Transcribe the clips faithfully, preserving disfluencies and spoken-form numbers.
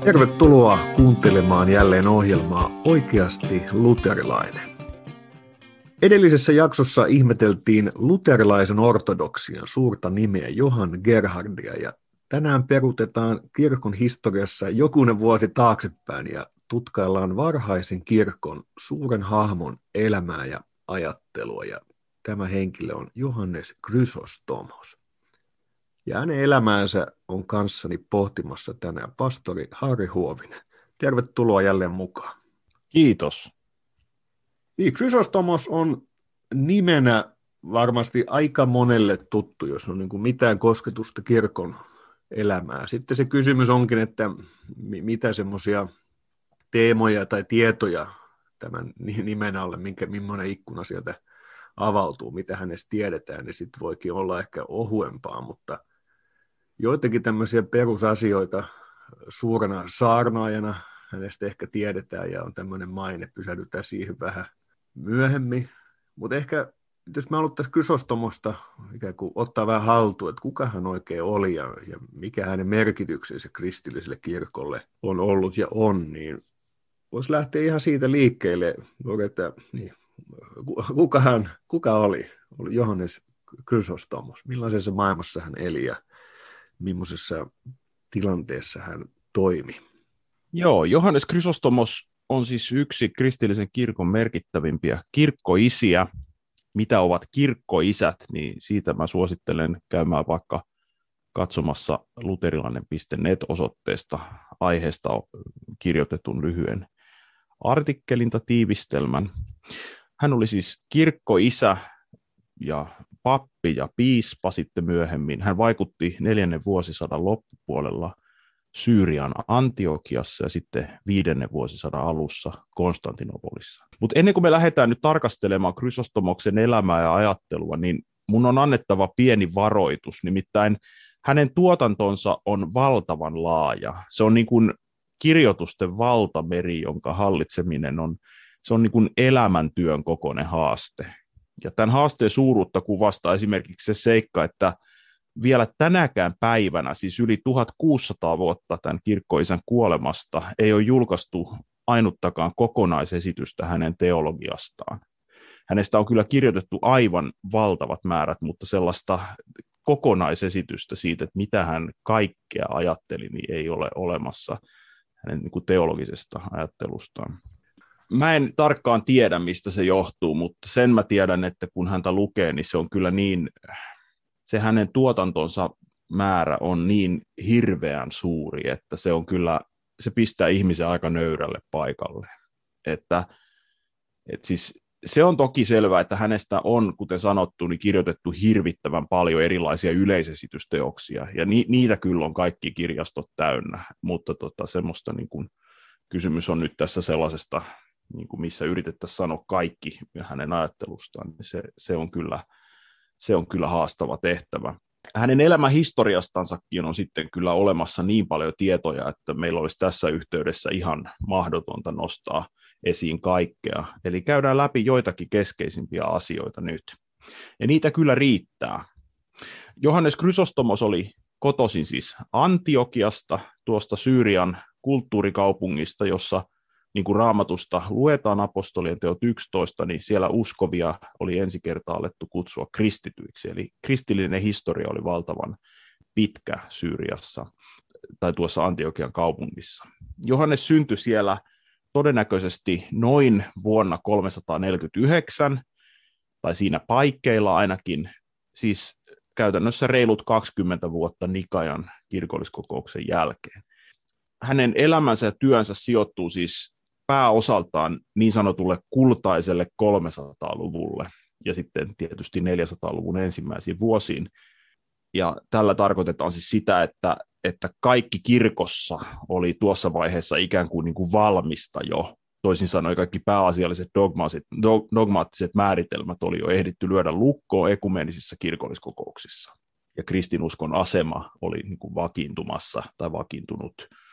Tervetuloa kuuntelemaan jälleen ohjelmaa Oikeasti luterilainen. Edellisessä jaksossa ihmeteltiin luterilaisen ortodoksian suurta nimeä Johann Gerhardia ja tänään perutetaan kirkon historiassa jokunen vuosi taaksepäin ja tutkaillaan varhaisen kirkon suuren hahmon elämää ja ajattelua ja tämä henkilö on Johannes Chrysostomos. Ja hänen elämäänsä on kanssani pohtimassa tänään pastori Harri Huovinen. Tervetuloa jälleen mukaan. Kiitos. Niin, Chrysostomos on nimenä varmasti aika monelle tuttu, jos on niin kuin mitään kosketusta kirkon elämää. Sitten se kysymys onkin, että mitä semmoisia teemoja tai tietoja tämän nimen alle, minkä, millainen ikkuna sieltä avautuu, mitä hänestä tiedetään, niin sitten voikin olla ehkä ohuempaa, mutta joitakin tämmöisiä perusasioita suurena saarnaajana hänestä ehkä tiedetään ja on tämmöinen maine, pysähdytään siihen vähän myöhemmin. Mutta ehkä jos me haluttaisiin Chrysostomosta ikään kuin ottaa vähän haltuun, että kuka hän oikein oli ja, ja mikä hänen merkityksensä kristilliselle kirkolle on ollut ja on, niin voisi lähteä ihan siitä liikkeelle, että niin, kuka, hän, kuka oli, oli Johannes Chrysostomos, millaisessa maailmassa hän eli ja millaisessa tilanteessa hän toimi. Joo, Johannes Chrysostomos on siis yksi kristillisen kirkon merkittävimpiä kirkkoisiä. Mitä ovat kirkkoisät, niin siitä mä suosittelen käymään vaikka katsomassa luterilainen piste net -osoitteesta aiheesta kirjoitetun lyhyen artikkelin tai tiivistelmän. Hän oli siis kirkkoisä ja pappi ja piispa sitten myöhemmin. Hän vaikutti neljännen vuosisadan loppupuolella Syyrian Antiokiassa ja sitten viidennen vuosisadan alussa Konstantinopolissa. Mutta ennen kuin me lähdetään nyt tarkastelemaan Chrysostomoksen elämää ja ajattelua, niin mun on annettava pieni varoitus. Nimittäin hänen tuotantonsa on valtavan laaja. Se on niin kuin kirjoitusten valtameri, jonka hallitseminen on, se on niin kuin elämäntyön kokoinen haaste. Ja tämän haasteen suuruutta kuvastaa esimerkiksi se seikka, että vielä tänäkään päivänä, siis yli tuhatkuusisataa vuotta tämän kirkkoisän kuolemasta, ei ole julkaistu ainuttakaan kokonaisesitystä hänen teologiastaan. Hänestä on kyllä kirjoitettu aivan valtavat määrät, mutta sellaista kokonaisesitystä siitä, että mitä hän kaikkea ajatteli, niin ei ole olemassa hänen niin kuin teologisesta ajattelustaan. Mä en tarkkaan tiedä, mistä se johtuu, mutta sen mä tiedän, että kun häntä lukee, niin se on kyllä niin, se hänen tuotantonsa määrä on niin hirveän suuri, että se on kyllä, se pistää ihmisen aika nöyrälle paikalle. Että, että siis se on toki selvää, että hänestä on, kuten sanottu, niin kirjoitettu hirvittävän paljon erilaisia yleisesitysteoksia, ja ni, niitä kyllä on kaikki kirjastot täynnä, mutta tota, semmoista niin kuin, kysymys on nyt tässä sellaisesta, niin kuin missä yritettäisiin sanoa kaikki hänen ajattelustaan, niin se, se, on kyllä, se on kyllä haastava tehtävä. Hänen elämän historiastansakin on sitten kyllä olemassa niin paljon tietoja, että meillä olisi tässä yhteydessä ihan mahdotonta nostaa esiin kaikkea. Eli käydään läpi joitakin keskeisimpiä asioita nyt. Ja niitä kyllä riittää. Johannes Chrysostomos oli kotoisin siis Antiokiasta, tuosta Syyrian kulttuurikaupungista, jossa niin kuin Raamatusta luetaan apostolien teot yksitoista, niin siellä uskovia oli ensi kertaa alettu kutsua kristityiksi. Eli kristillinen historia oli valtavan pitkä Syyriassa tai tuossa Antiokian kaupungissa. Johannes syntyi siellä todennäköisesti noin vuonna kolmesataaneljäkymmentäyhdeksän, tai siinä paikkeilla ainakin, siis käytännössä reilut kaksikymmentä vuotta Nikajan kirkolliskokouksen jälkeen. Hänen elämänsä ja työnsä sijoittuu siis pääosaltaan niin sanotulle kultaiselle kolmesataaluvulle ja sitten tietysti neljäsataaluvun ensimmäisiin vuosiin. Ja tällä tarkoitetaan siis sitä, että, että kaikki kirkossa oli tuossa vaiheessa ikään kuin, niin kuin valmista jo. Toisin sanoen kaikki pääasialliset dogmaattiset määritelmät oli jo ehditty lyödä lukkoon ekumeenisissa kirkolliskokouksissa. Ja kristinuskon asema oli niin kuin vakiintumassa tai vakiintunut.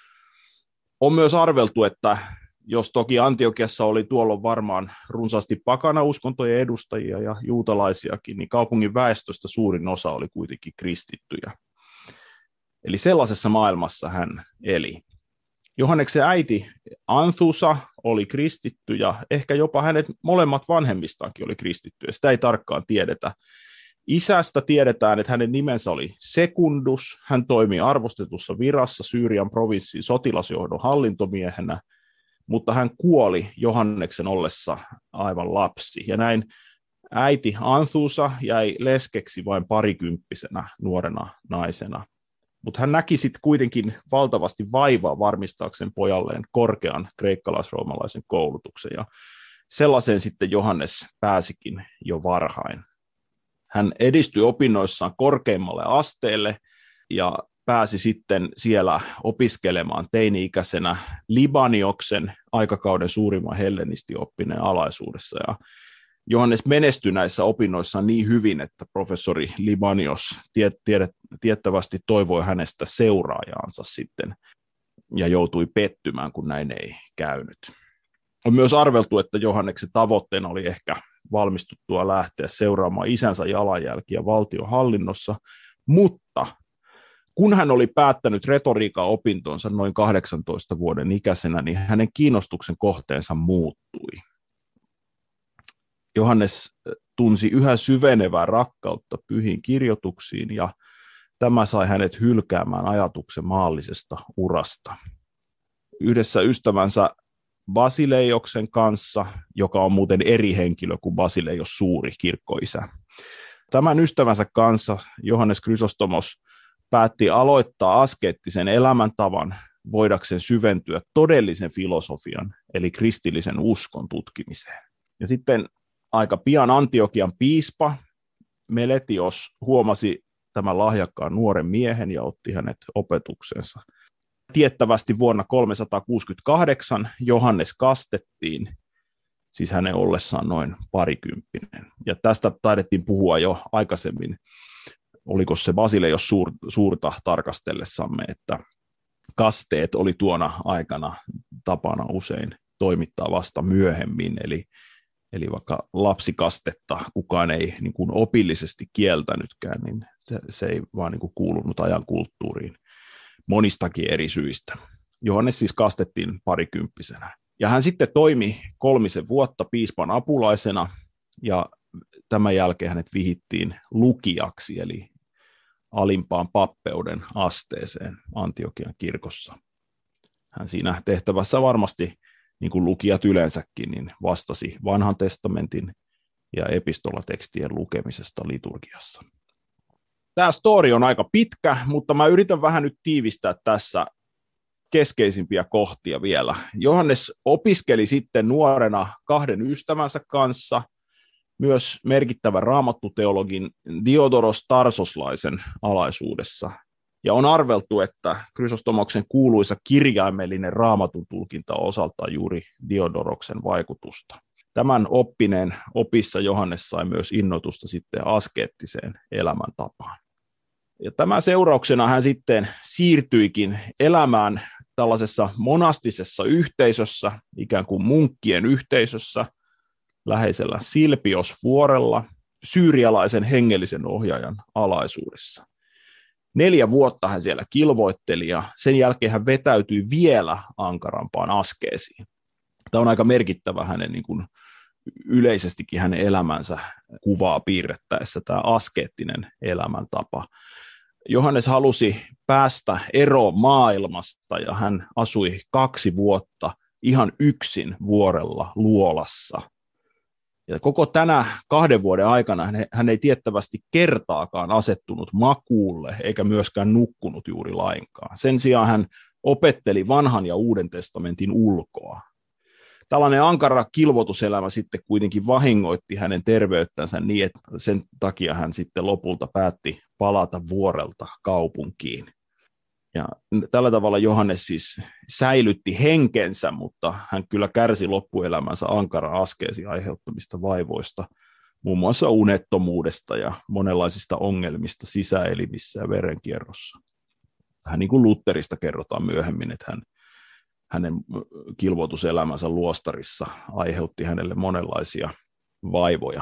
On myös arveltu, että jos toki Antiokiassa oli tuolloin varmaan runsaasti pakana-uskontojen edustajia ja juutalaisiakin, niin kaupungin väestöstä suurin osa oli kuitenkin kristittyjä. Eli sellaisessa maailmassa hän eli. Johanneksen äiti Anthusa oli kristitty ja ehkä jopa hänet molemmat vanhemmistaankin oli kristitty, ja sitä ei tarkkaan tiedetä. Isästä tiedetään, että hänen nimensä oli Secundus. Hän toimi arvostetussa virassa Syyrian provinssin sotilasjohdon hallintomiehenä, mutta hän kuoli Johanneksen ollessa aivan lapsi. Ja näin äiti Anthusa jäi leskeksi vain parikymppisenä nuorena naisena. Mutta hän näki sitten kuitenkin valtavasti vaivaa varmistaakseen pojalleen korkean kreikkalais-roomalaisen koulutuksen. Ja sellaiseen sitten Johannes pääsikin jo varhain. Hän edistyi opinnoissaan korkeimmalle asteelle ja pääsi sitten siellä opiskelemaan teini-ikäisenä Libanioksen aikakauden suurimman hellenistioppineen alaisuudessa. Ja Johannes menestyi näissä opinnoissaan niin hyvin, että professori Libanios tiet, tiet, tiettävästi toivoi hänestä seuraajaansa sitten ja joutui pettymään, kun näin ei käynyt. On myös arveltu, että Johanneksen tavoitteena oli ehkä valmistuttua lähteä seuraamaan isänsä jalanjälkiä valtionhallinnossa, mutta kun hän oli päättänyt retoriikan opintonsa noin kahdeksantoista vuoden ikäisenä, niin hänen kiinnostuksen kohteensa muuttui. Johannes tunsi yhä syvenevää rakkautta pyhiin kirjoituksiin, ja tämä sai hänet hylkäämään ajatuksen maallisesta urasta. Yhdessä ystävänsä Basileioksen kanssa, joka on muuten eri henkilö kuin Basileios suuri kirkkoisä. Tämän ystävänsä kanssa Johannes Chrysostomos päätti aloittaa askeettisen elämäntavan voidakseen syventyä todellisen filosofian, eli kristillisen uskon tutkimiseen. Ja sitten aika pian Antiokian piispa Meletios huomasi tämän lahjakkaan nuoren miehen ja otti hänet opetuksensa. Tiettävästi vuonna kolmesataakuusikymmentäkahdeksan Johannes kastettiin, siis hänen ollessaan noin parikymppinen. Ja tästä taidettiin puhua jo aikaisemmin, oliko se Basileios suur, suurta tarkastellessamme, että kasteet oli tuona aikana tapana usein toimittaa vasta myöhemmin, eli, eli vaikka lapsikastetta kukaan ei niin kuin opillisesti kieltänytkään, niin se, se ei vaan niin kuin kuulunut ajan kulttuuriin monistakin eri syistä. Johannes siis kastettiin parikymppisenä. Ja hän sitten toimi kolmisen vuotta piispan apulaisena, ja tämän jälkeen hänet vihittiin lukijaksi, eli alimpaan pappeuden asteeseen Antiokian kirkossa. Hän siinä tehtävässä varmasti, niin kuin lukijat yleensäkin, niin vastasi vanhan testamentin ja epistolatekstien lukemisesta liturgiassa. Tämä story on aika pitkä, mutta mä yritän vähän nyt tiivistää tässä keskeisimpiä kohtia vielä. Johannes opiskeli sitten nuorena kahden ystävänsä kanssa, myös merkittävän raamattuteologin Diodoros Tarsoslaisen alaisuudessa. Ja on arveltu, että Chrysostomoksen kuuluisa kirjaimellinen raamatun tulkinta on osaltaan juuri Diodoroksen vaikutusta. Tämän oppineen opissa Johannes sai myös innoitusta sitten askeettiseen elämäntapaan. Ja tämän seurauksena hän sitten siirtyikin elämään tällaisessa monastisessa yhteisössä, ikään kuin munkkien yhteisössä, läheisellä Silpios-vuorella, syyrialaisen hengellisen ohjaajan alaisuudessa. Neljä vuotta hän siellä kilvoitteli, ja sen jälkeen hän vetäytyi vielä ankarampaan askeesiin. Tämä on aika merkittävä hänen niin kuin yleisestikin hänen elämänsä kuvaa piirrettäessä, tämä askeettinen elämäntapa. Johannes halusi päästä eroon maailmasta, ja hän asui kaksi vuotta ihan yksin vuorella luolassa. Ja koko tänä kahden vuoden aikana hän, hän ei tiettävästi kertaakaan asettunut makuulle, eikä myöskään nukkunut juuri lainkaan. Sen sijaan hän opetteli vanhan ja uuden testamentin ulkoa. Tällainen ankara kilvotuselämä sitten kuitenkin vahingoitti hänen terveyttänsä niin, että sen takia hän sitten lopulta päätti palata vuorelta kaupunkiin. Ja tällä tavalla Johannes siis säilytti henkensä, mutta hän kyllä kärsi loppuelämänsä ankara askeesi aiheuttamista vaivoista, muun muassa unettomuudesta ja monenlaisista ongelmista sisäelimissä ja verenkierrossa. Hän niin kuin Lutherista kerrotaan myöhemmin, että hän hänen kilvoituselämänsä luostarissa aiheutti hänelle monenlaisia vaivoja.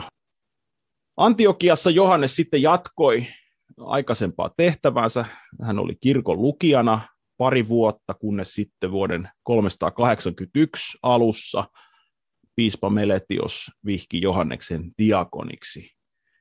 Antiokiassa Johannes sitten jatkoi aikaisempaa tehtävänsä. Hän oli kirkon lukijana pari vuotta, kunnes sitten vuoden kolmesataakahdeksankymmentäyksi alussa piispa Meletios vihki Johanneksen diakoniksi.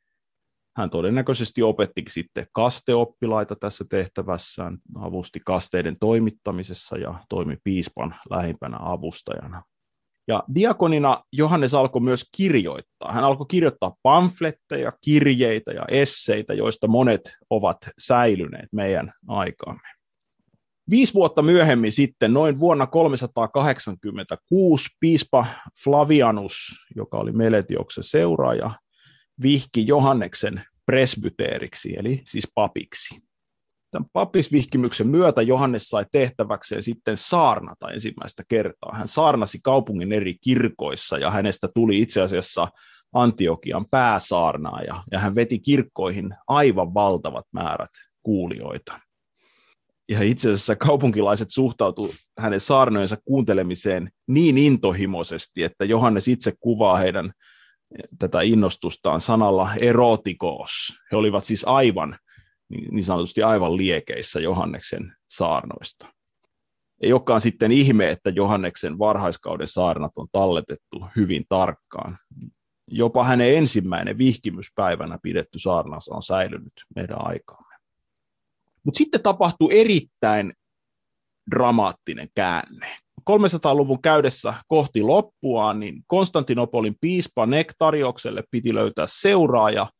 Hän todennäköisesti opetti sitten kasteoppilaita tässä tehtävässään, avusti kasteiden toimittamisessa ja toimi piispan lähimpänä avustajana. Ja diakonina Johannes alkoi myös kirjoittaa. Hän alkoi kirjoittaa pamfletteja, kirjeitä ja esseitä, joista monet ovat säilyneet meidän aikaamme. Viisi vuotta myöhemmin sitten, noin vuonna kolmesataakahdeksankymmentäkuusi, piispa Flavianus, joka oli Meletioksen seuraaja, vihki Johanneksen presbyteeriksi, eli siis papiksi. Tämän papisvihkimyksen myötä Johannes sai tehtäväkseen sitten saarnata ensimmäistä kertaa. Hän saarnasi kaupungin eri kirkoissa ja hänestä tuli itse asiassa Antiokian pääsaarnaaja ja hän veti kirkkoihin aivan valtavat määrät kuulijoita. Ja itse asiassa kaupunkilaiset suhtautuivat hänen saarnojensa kuuntelemiseen niin intohimoisesti, että Johannes itse kuvaa heidän tätä innostustaan sanalla erotikos. He olivat siis aivan, niin sanotusti aivan liekeissä Johanneksen saarnoista. Ei olekaan sitten ihme, että Johanneksen varhaiskauden saarnat on talletettu hyvin tarkkaan. Jopa hänen ensimmäinen vihkimyspäivänä pidetty saarnansa on säilynyt meidän aikaamme. Mutta sitten tapahtui erittäin dramaattinen käänne. kolmesataaluvun käydessä kohti loppuaan, niin Konstantinopolin piispa Nektariokselle piti löytää seuraaja,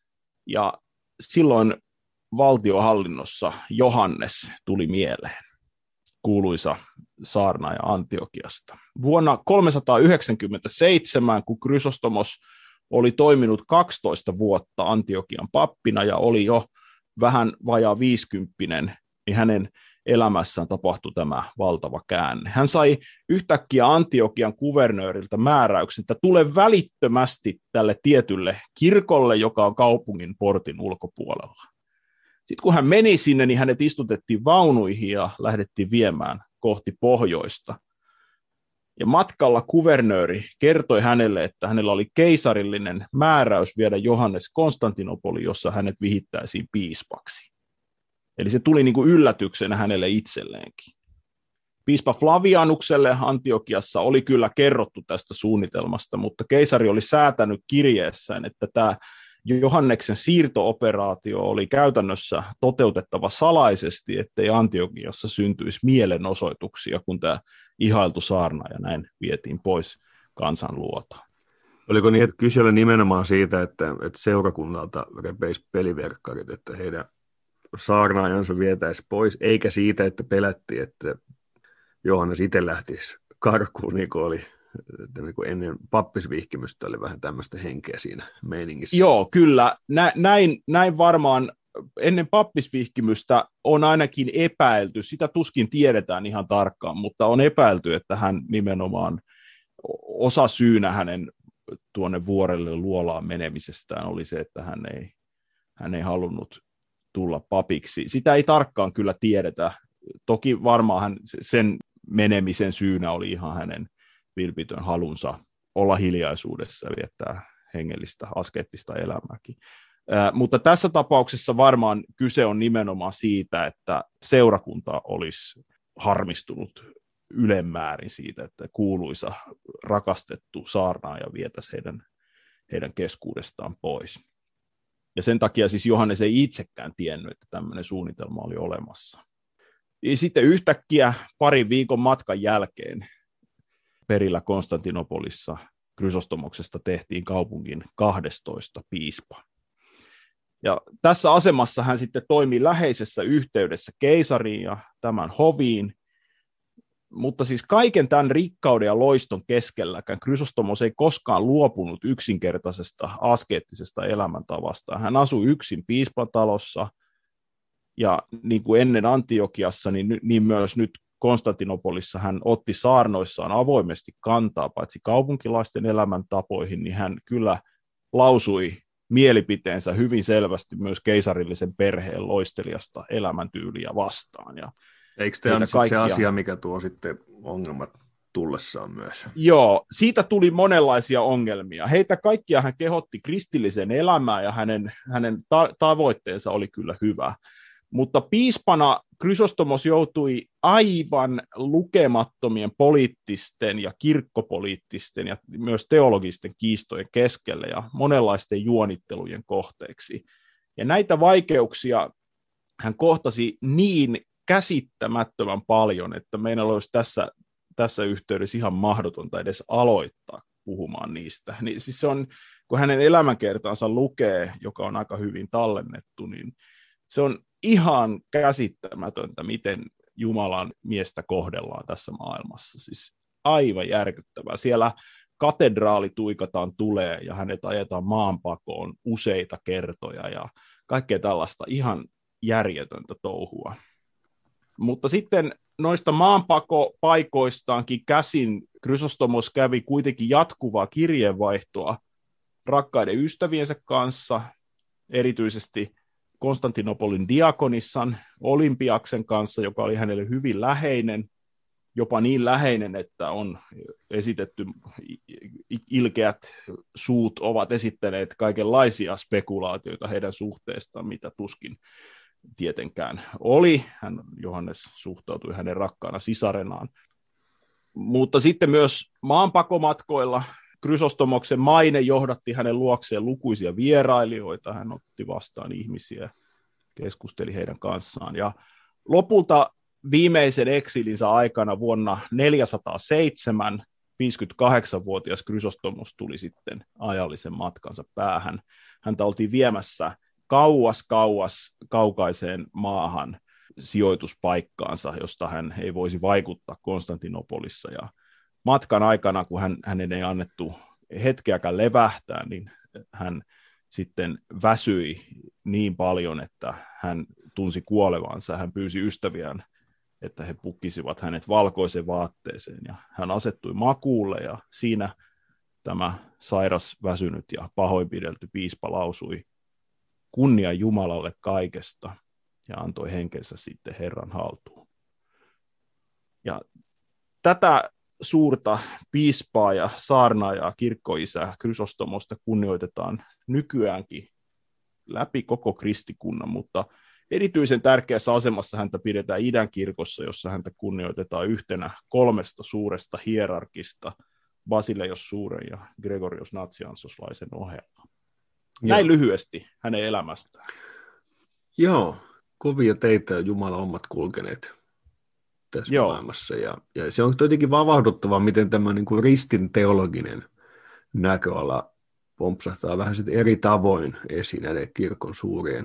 ja silloin valtiohallinnossa Johannes tuli mieleen, kuuluisa saarnaaja Antiokiasta. Vuonna kolmesataayhdeksänkymmentäseitsemän, kun Chrysostomos oli toiminut kaksitoista vuotta Antiokian pappina ja oli jo vähän vajaa viisikymppinen, niin hänen elämässään tapahtui tämä valtava käänne. Hän sai yhtäkkiä Antiokian kuvernööriltä määräyksen, että tule välittömästi tälle tietylle kirkolle, joka on kaupungin portin ulkopuolella. Sitten kun hän meni sinne, niin hänet istutettiin vaunuihin ja lähdettiin viemään kohti pohjoista. Ja matkalla kuvernööri kertoi hänelle, että hänellä oli keisarillinen määräys viedä Johannes Konstantinopoliin, jossa hänet vihittäisiin piispaksi. Eli se tuli niin kuin yllätyksenä hänelle itselleenkin. Piispa Flavianukselle Antiokiassa oli kyllä kerrottu tästä suunnitelmasta, mutta keisari oli säätänyt kirjeessään, että tämä Johanneksen siirto-operaatio oli käytännössä toteutettava salaisesti, ettei Antiokiassa syntyisi mielenosoituksia, kun tämä ihailtu saarnaaja näin vietiin pois kansan luota. Oliko niin, että kyse oli nimenomaan siitä, että, että seurakunnalta repeisi peliverkkarit, että heidän saarnaajansa vietäisi pois, eikä siitä, että pelättiin, että Johannes itse lähtisi karkuun, niin kuin oli että niin kuin ennen pappisvihkimystä oli vähän tämmöistä henkeä siinä meiningissä. Joo, kyllä. Nä, näin, näin varmaan ennen pappisvihkimystä on ainakin epäilty, sitä tuskin tiedetään ihan tarkkaan, mutta on epäilty, että hän nimenomaan osa syynä hänen tuonne vuorelle luolaan menemisestään oli se, että hän ei, hän ei halunnut tulla papiksi. Sitä ei tarkkaan kyllä tiedetä. Toki varmaan hän, sen menemisen syynä oli ihan hänen vilpitön halunsa olla hiljaisuudessa ja viettää hengellistä, askeettista elämääkin. Ää, mutta tässä tapauksessa varmaan kyse on nimenomaan siitä, että seurakunta olisi harmistunut ylemmäärin siitä, että kuuluisa rakastettu saarnaaja vietäisi heidän, heidän keskuudestaan pois. Ja sen takia siis Johannes ei itsekään tiennyt, että tämmöinen suunnitelma oli olemassa. Ja sitten yhtäkkiä parin viikon matkan jälkeen perillä Konstantinopolissa Chrysostomoksesta tehtiin kaupungin kahdestoista piispa. Ja tässä asemassa hän sitten toimi läheisessä yhteydessä keisariin ja tämän hoviin, mutta siis kaiken tämän rikkauden ja loiston keskelläkään Chrysostomos ei koskaan luopunut yksinkertaisesta askeettisesta elämäntavasta. Hän asui yksin piispatalossa ja niin kuin ennen Antiokiassa, niin, niin myös nyt Konstantinopolissa hän otti saarnoissaan avoimesti kantaa paitsi kaupunkilaisten elämäntapoihin, niin hän kyllä lausui mielipiteensä hyvin selvästi myös keisarillisen perheen loistelijasta elämäntyyliä vastaan. Ja eikö tämä ole kaikkia... se asia, mikä tuo sitten ongelmat tullessaan myös? Joo, siitä tuli monenlaisia ongelmia. Heitä kaikkia hän kehotti kristilliseen elämään ja hänen, hänen ta- tavoitteensa oli kyllä hyvä. Mutta piispana Chrysostomos joutui aivan lukemattomien poliittisten ja kirkkopoliittisten ja myös teologisten kiistojen keskelle ja monenlaisten juonittelujen kohteeksi. Ja näitä vaikeuksia hän kohtasi niin käsittämättömän paljon, että meidän olisi tässä, tässä yhteydessä ihan mahdotonta edes aloittaa puhumaan niistä. Niin siis se on, kun hänen elämänkertansa lukee, joka on aika hyvin tallennettu, niin se on ihan käsittämätöntä, miten Jumalan miestä kohdellaan tässä maailmassa. Siis aivan järkyttävää. Siellä katedraali tuikataan tulee ja hänet ajetaan maanpakoon useita kertoja ja kaikkea tällaista ihan järjetöntä touhua. Mutta sitten noista maanpakopaikoistaankin käsin Chrysostomos kävi kuitenkin jatkuvaa kirjeenvaihtoa rakkaiden ystäviensä kanssa, erityisesti Konstantinopolin diakonissan Olympiaksen kanssa, joka oli hänelle hyvin läheinen, jopa niin läheinen, että on esitetty, ilkeät suut ovat esittäneet kaikenlaisia spekulaatioita heidän suhteestaan, mitä tuskin tietenkään oli. Hän, Johannes suhtautui hänen rakkaana sisarenaan. Mutta sitten myös maanpakomatkoilla Chrysostomoksen maine johdatti hänen luokseen lukuisia vierailijoita. Hän otti vastaan ihmisiä, keskusteli heidän kanssaan. Ja lopulta viimeisen eksilinsä aikana vuonna neljäsataaseitsemän viisikymmentäkahdeksanvuotias Chrysostomos tuli sitten ajallisen matkansa päähän. Häntä oltiin viemässä kauas, kauas, kaukaiseen maahan sijoituspaikkaansa, josta hän ei voisi vaikuttaa Konstantinopolissa. Ja matkan aikana, kun hän, hänen ei annettu hetkeäkään levähtää, niin hän sitten väsyi niin paljon, että hän tunsi kuolevansa. Hän pyysi ystäviään, että he pukkisivat hänet valkoiseen vaatteeseen, ja hän asettui makuulle, ja siinä tämä sairas, väsynyt ja pahoinpidelty piispa lausui kunnia Jumalalle kaikesta, ja antoi henkensä sitten Herran haltuun. Ja tätä suurta piispaa ja saarnaajaa, kirkkoisää Chrysostomosta kunnioitetaan nykyäänkin läpi koko kristikunnan, mutta erityisen tärkeässä asemassa häntä pidetään idän kirkossa, jossa häntä kunnioitetaan yhtenä kolmesta suuresta hierarkista, Basileios suuren ja Gregorios Natsiansoslaisen ohella. Näin Joo. lyhyesti hänen elämästään. Joo, kovia teitä Jumala omat kulkeneet tässä Joo. maailmassa. Ja, ja se on jotenkin vavahduttavaa, miten tämä niin kuin ristin teologinen näköala pompsahtaa vähän sitten eri tavoin esiin näiden kirkon suurien,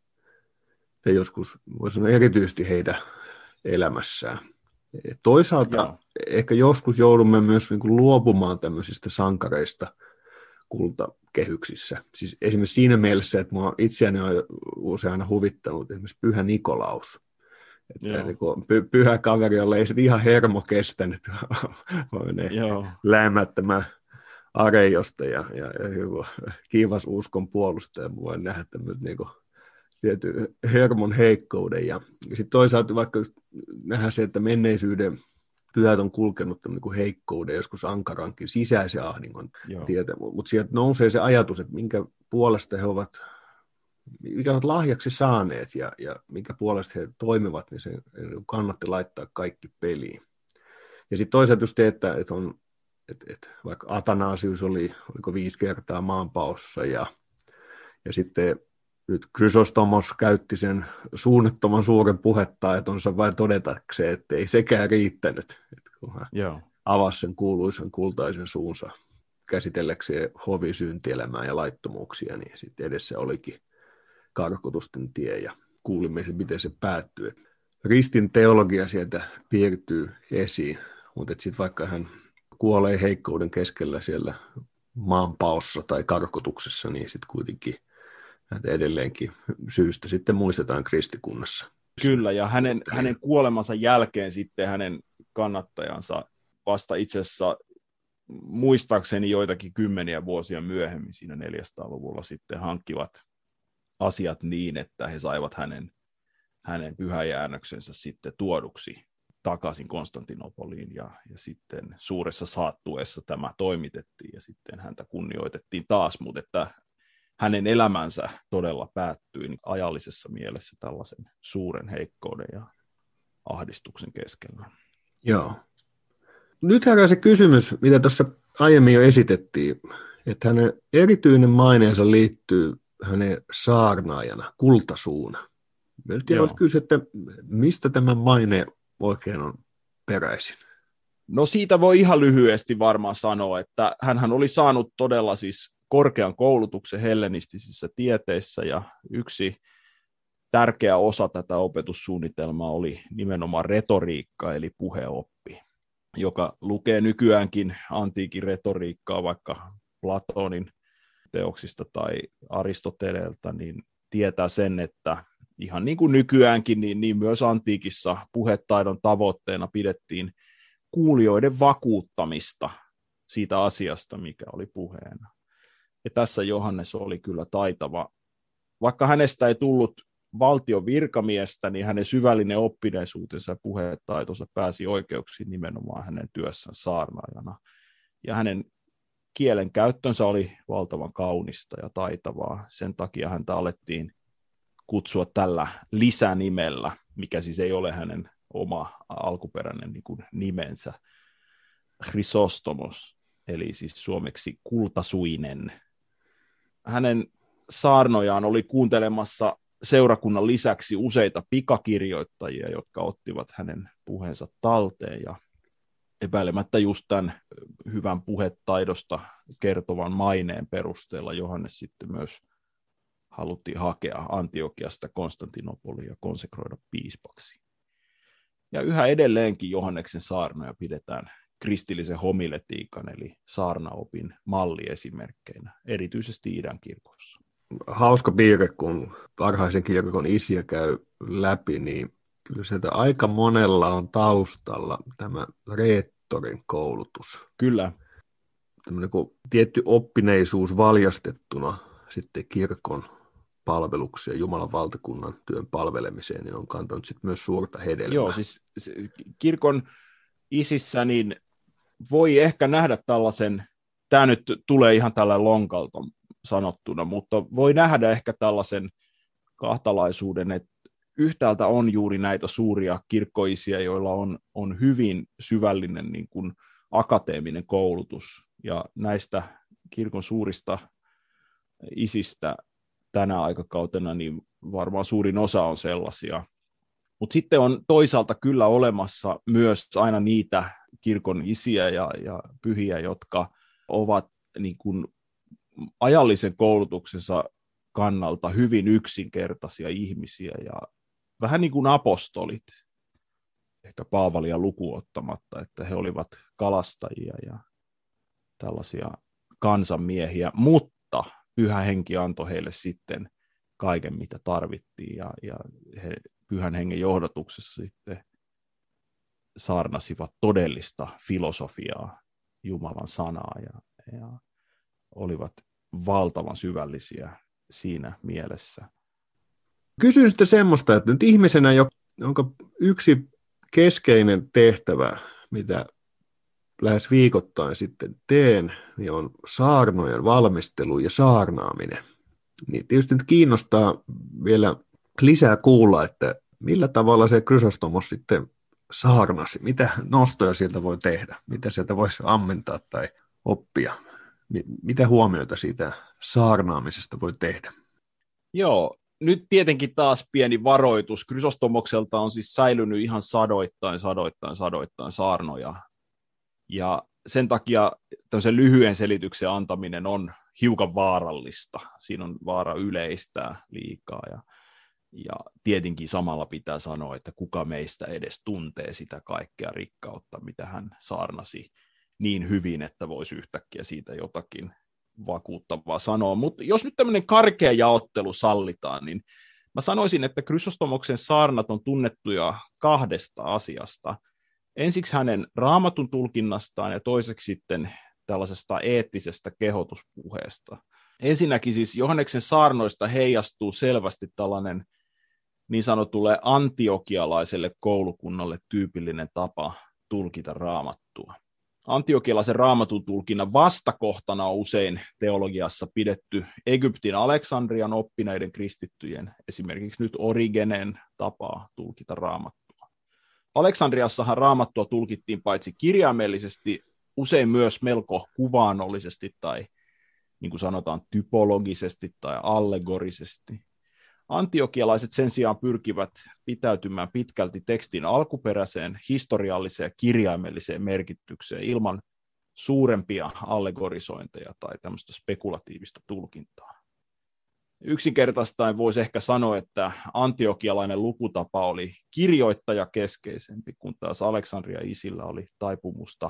ja joskus voi sanoa erityisesti heidän elämässään. Toisaalta Joo. ehkä joskus joudumme myös niin kuin luopumaan tämmöisistä sankareista kultakehyksissä. Siis esimerkiksi siinä mielessä, että minua itseäni on usein aina huvittanut esimerkiksi Pyhä Nikolaus. Että niin kuin py- pyhä kaveri, jolle ei ihan hermo kestänyt, vaan ne läämättömän arejosta ja, ja, ja kiivas uskon puolustaja. Voin nähdä tämmöinen niin kuin tietyn hermon heikkouden. Ja, ja sitten toisaalta vaikka nähdään se, että menneisyyden pyhät on kulkenut niin kuin heikkouden, joskus ankarankin sisäisen ahdingon tietä, mutta sieltä nousee se ajatus, että minkä puolesta he ovat, mikä ovat lahjaksi saaneet ja, ja minkä puolesta he toimivat, niin se kannatti laittaa kaikki peliin. Ja sitten toisaalta just se, että, että, on, että, että vaikka Athanasius oli oliko viisi kertaa maanpaossa ja, ja sitten nyt Chrysostomos käytti sen suunnattoman suuren puhetaitonsa vain todetakseen, että ei sekään riittänyt, että kun hän Joo. avasi sen kuuluisen kultaisen suunsa käsitelläkseen hovisyntielämää ja laittomuuksia, niin sitten edessä olikin karkotusten tie ja kuulimme, miten se päättyy. Ristin teologia sieltä piirtyy esiin, mutta sitten vaikka hän kuolee heikkouden keskellä siellä maanpaossa tai karkotuksessa, niin sitten kuitenkin häntä edelleenkin syystä sitten muistetaan kristikunnassa. Kyllä, ja hänen, hänen kuolemansa jälkeen sitten hänen kannattajansa vasta itse asiassa muistaakseni joitakin kymmeniä vuosia myöhemmin siinä neljäsataaluvulla sitten hankkivat asiat niin, että he saivat hänen, hänen pyhäjäännöksensä sitten tuoduksi takaisin Konstantinopoliin ja, ja sitten suuressa saattuessa tämä toimitettiin ja sitten häntä kunnioitettiin taas, mutta että hänen elämänsä todella päättyi niin ajallisessa mielessä tällaisen suuren heikkouden ja ahdistuksen keskellä. Joo. Nyt herää se kysymys, mitä tuossa aiemmin jo esitettiin, että hänen erityinen maineensa liittyy hänen saarnaajana, kultasuuna. Me nyt voit kysyä, että mistä tämä maine oikein on peräisin? No siitä voi ihan lyhyesti varmaan sanoa, että hänhän oli saanut todella siis korkean koulutuksen hellenistisissä tieteissä, ja yksi tärkeä osa tätä opetussuunnitelmaa oli nimenomaan retoriikka, eli puheoppi, joka lukee nykyäänkin antiikin retoriikkaa vaikka Platonin teoksista tai Aristoteleelta, niin tietää sen, että ihan niin kuin nykyäänkin, niin, niin myös antiikissa puhetaidon tavoitteena pidettiin kuulijoiden vakuuttamista siitä asiasta, mikä oli puheena. Ja tässä Johannes oli kyllä taitava. Vaikka hänestä ei tullut valtion virkamiestä, niin hänen syvällinen oppineisuutensa ja puhetaitonsa pääsi oikeuksiin nimenomaan hänen työssään saarnaajana. Ja hänen kielen käyttönsä oli valtavan kaunista ja taitavaa. Sen takia häntä alettiin kutsua tällä lisänimellä, mikä siis ei ole hänen oma alkuperäinen niin kuin nimensä, Chrysostomos, eli siis suomeksi kultasuinen. Hänen saarnojaan oli kuuntelemassa seurakunnan lisäksi useita pikakirjoittajia, jotka ottivat hänen puheensa talteen, ja epäilemättä just tämän hyvän puhetaidosta kertovan maineen perusteella Johannes sitten myös haluttiin hakea Antiokiasta Konstantinopoliin ja konsekroida piispaksi. Ja yhä edelleenkin Johanneksen saarnoja pidetään kristillisen homiletiikan eli saarnaopin malliesimerkkeinä, erityisesti idän kirkossa. Hauska piirre, kun varhaisen kirkon isiä käy läpi, niin kyllä sieltä aika monella on taustalla tämä reettorin koulutus. Kyllä. Tämmöinen kuin tietty oppineisuus valjastettuna sitten kirkon palvelukseen, Jumalan valtakunnan työn palvelemiseen, niin on kantanut sitten myös suurta hedelmää. Joo, siis kirkon isissä niin voi ehkä nähdä tällaisen, tämä nyt tulee ihan tällä lonkalta sanottuna, mutta voi nähdä ehkä tällaisen kahtalaisuuden, että yhtäältä on juuri näitä suuria kirkkoisiä, joilla on, on hyvin syvällinen niin kuin akateeminen koulutus, ja näistä kirkon suurista isistä tänä aikakautena niin varmaan suurin osa on sellaisia. Mutta sitten on toisaalta kyllä olemassa myös aina niitä kirkon isiä ja, ja pyhiä, jotka ovat niin kuin ajallisen koulutuksensa kannalta hyvin yksinkertaisia ihmisiä ja vähän niin kuin apostolit, ehkä Paavalia lukuun ottamatta, että he olivat kalastajia ja tällaisia kansanmiehiä, mutta Pyhä Henki antoi heille sitten kaiken, mitä tarvittiin, ja, ja he Pyhän Hengen johdatuksessa sitten saarnasivat todellista filosofiaa, Jumalan sanaa, ja, ja olivat valtavan syvällisiä siinä mielessä. Kysyn sitten semmoista, että nyt ihmisenä, jonka yksi keskeinen tehtävä, mitä lähes viikoittain sitten teen, niin on saarnojen valmistelu ja saarnaaminen. Niin tietysti nyt kiinnostaa vielä lisää kuulla, että millä tavalla se Chrysostomos sitten saarnasi, mitä nostoja sieltä voi tehdä, mitä sieltä voisi ammentaa tai oppia, mitä huomioita siitä saarnaamisesta voi tehdä. Joo, nyt tietenkin taas pieni varoitus. Chrysostomokselta on siis säilynyt ihan sadoittain, sadoittain, sadoittain saarnoja. Ja sen takia tämmöisen lyhyen selityksen antaminen on hiukan vaarallista. Siinä on vaara yleistää liikaa. Ja, ja tietenkin samalla pitää sanoa, että kuka meistä edes tuntee sitä kaikkea rikkautta, mitä hän saarnasi niin hyvin, että voisi yhtäkkiä siitä jotakin vakuuttavaa sanoa. Mutta jos nyt tämmöinen karkea jaottelu sallitaan, niin mä sanoisin, että Chrysostomoksen saarnat on tunnettuja kahdesta asiasta. Ensiksi hänen raamatun tulkinnastaan ja toiseksi sitten tällaisesta eettisestä kehotuspuheesta. Ensinnäkin siis Johanneksen saarnoista heijastuu selvästi tällainen niin sanotulle antiokialaiselle koulukunnalle tyypillinen tapa tulkita raamattua. antiokialaisen raamatun tulkinnan vastakohtana on usein teologiassa pidetty Egyptin Aleksandrian oppineiden kristittyjen, esimerkiksi nyt Origenen tapaa tulkita raamattua. Aleksandriassahan raamattua tulkittiin paitsi kirjaimellisesti, usein myös melko kuvaannollisesti tai niin kuin sanotaan typologisesti tai allegorisesti. Antiokialaiset sen sijaan pyrkivät pitäytymään pitkälti tekstin alkuperäiseen, historialliseen ja kirjaimelliseen merkitykseen ilman suurempia allegorisointeja tai tämmöistä spekulatiivista tulkintaa. Yksinkertaistaen voisi ehkä sanoa, että antiokialainen lukutapa oli kirjoittajakeskeisempi, kun taas Aleksandria isillä oli taipumusta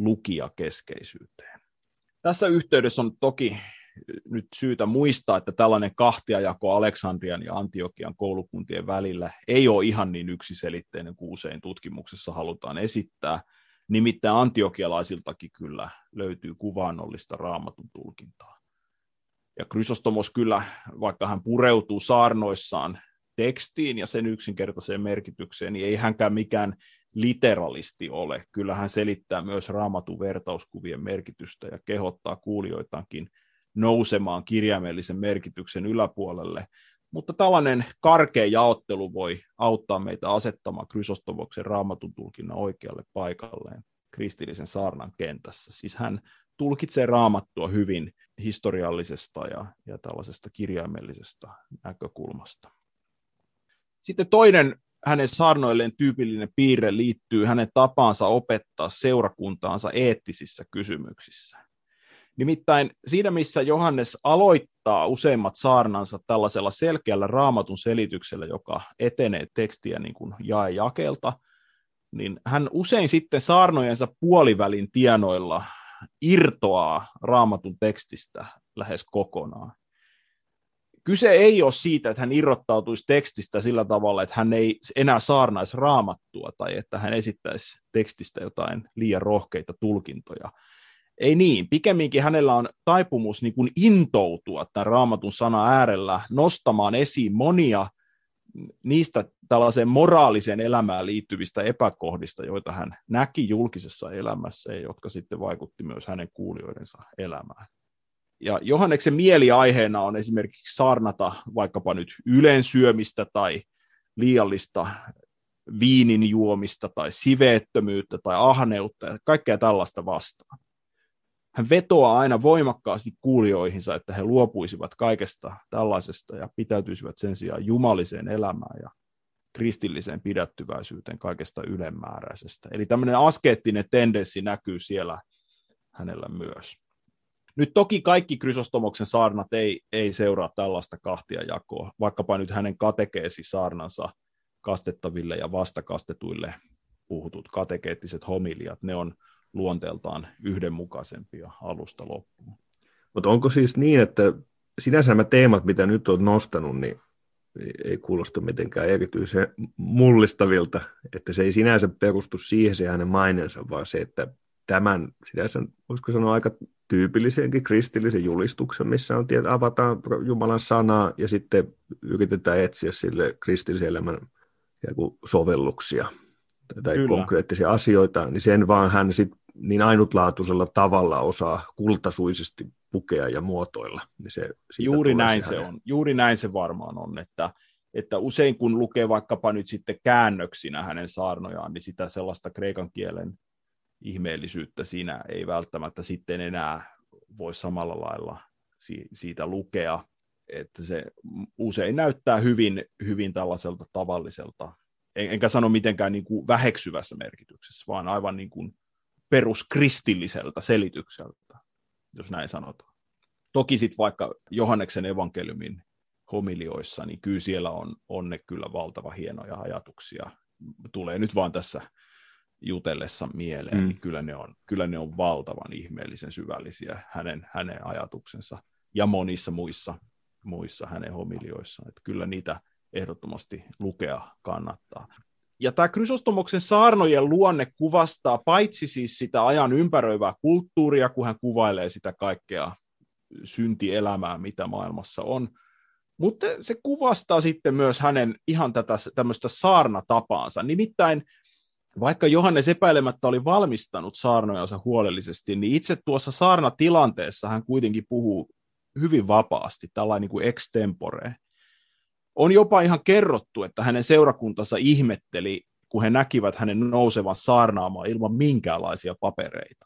lukijakeskeisyyteen. Tässä yhteydessä on toki nyt syytä muistaa, että tällainen kahtiajako Aleksandrian ja Antiokian koulukuntien välillä ei ole ihan niin yksiselitteinen kuin usein tutkimuksessa halutaan esittää. Nimittäin antiokialaisiltakin kyllä löytyy kuvaannollista raamatun tulkintaa. Ja Chrysostomos kyllä, vaikka hän pureutuu saarnoissaan tekstiin ja sen yksinkertaiseen merkitykseen, niin ei hänkään mikään literalisti ole. Kyllä hän selittää myös raamatun vertauskuvien merkitystä ja kehottaa kuulijoitaankin nousemaan kirjaimellisen merkityksen yläpuolelle, mutta tällainen karkea jaottelu voi auttaa meitä asettamaan Chrysostomoksen raamatun tulkinnan oikealle paikalleen kristillisen saarnan kentässä. Siis hän tulkitsee raamattua hyvin historiallisesta ja, ja tällaisesta kirjaimellisesta näkökulmasta. Sitten toinen hänen saarnoilleen tyypillinen piirre liittyy hänen tapaansa opettaa seurakuntaansa eettisissä kysymyksissä. Nimittäin siinä, missä Johannes aloittaa useimmat saarnansa tällaisella selkeällä raamatun selityksellä, joka etenee tekstiä niin kuin jae jakeelta, niin hän usein sitten saarnojensa puolivälin tienoilla irtoaa raamatun tekstistä lähes kokonaan. Kyse ei ole siitä, että hän irrottautuisi tekstistä sillä tavalla, että hän ei enää saarnaisi raamattua tai että hän esittäisi tekstistä jotain liian rohkeita tulkintoja. Ei niin, pikemminkin hänellä on taipumus niin kuin intoutua tämän raamatun sanan äärellä nostamaan esiin monia niistä tällaiseen moraaliseen elämään liittyvistä epäkohdista, joita hän näki julkisessa elämässä ja jotka sitten vaikutti myös hänen kuulijoidensa elämään. Ja Johanneksen mieliaiheena on esimerkiksi saarnata vaikkapa nyt ylensyömistä tai liiallista viinin juomista tai siveettömyyttä tai ahneutta ja kaikkea tällaista vastaan. Hän vetoaa aina voimakkaasti kuulijoihinsa, että he luopuisivat kaikesta tällaisesta ja pitäytyisivät sen sijaan jumaliseen elämään ja kristilliseen pidättyväisyyteen kaikesta ylemmääräisestä. Eli tämmöinen askeettinen tendenssi näkyy siellä hänellä myös. Nyt toki kaikki Chrysostomoksen saarnat ei, ei seuraa tällaista kahtiajakoa, vaikkapa nyt hänen katekeesisaarnansa kastettaville ja vastakastetuille puhutut katekeettiset homiliat, ne on luonteeltaan yhdenmukaisempia alusta loppuun. Mutta onko siis niin, että sinänsä nämä teemat, mitä nyt olet nostanut, niin ei kuulosta mitenkään erityisen mullistavilta, että se ei sinänsä perustu siihen se hänen maineensa, vaan se, että tämän sinänsä, voisiko sanoa, aika tyypilliseenkin kristillisen julistuksen, missä on, että avataan Jumalan sanaa ja sitten yritetään etsiä sille kristillisen elämän sovelluksia tai Kyllä. konkreettisia asioita, niin sen vaan hän sit niin ainutlaatuisella tavalla osaa kultaisuisesti pukea ja muotoilla. Niin se, juuri näin se on. Juuri näin se varmaan on, että, että usein kun lukee vaikkapa nyt sitten käännöksinä hänen saarnojaan, niin sitä sellaista kreikan kielen ihmeellisyyttä siinä ei välttämättä sitten enää voi samalla lailla siitä lukea, että se usein näyttää hyvin, hyvin tällaiselta tavalliselta, enkä sano mitenkään niin kuin väheksyvässä merkityksessä, vaan aivan niin kuin peruskristilliseltä selitykseltä, jos näin sanotaan. Toki sitten vaikka Johanneksen evankeliumin homilioissa, niin kyllä siellä on, on ne kyllä valtava hienoja ajatuksia. Tulee nyt vaan tässä jutellessa mieleen, mm. niin kyllä ne, on, kyllä ne on valtavan ihmeellisen syvällisiä hänen, hänen ajatuksensa ja monissa muissa, muissa hänen homilioissa. Että kyllä niitä ehdottomasti lukea kannattaa. Ja tämä Chrysostomoksen saarnojen luonne kuvastaa paitsi siis sitä ajan ympäröivää kulttuuria, kun hän kuvailee sitä kaikkea syntielämää, mitä maailmassa on, mutta se kuvastaa sitten myös hänen ihan tätä tämmöistä saarnatapaansa. Nimittäin vaikka Johannes epäilemättä oli valmistanut saarnojansa huolellisesti, niin itse tuossa saarnatilanteessa hän kuitenkin puhuu hyvin vapaasti, tällainen niin kuin extempore. On jopa ihan kerrottu, että hänen seurakuntansa ihmetteli, kun he näkivät hänen nousevan saarnaamaan ilman minkäänlaisia papereita.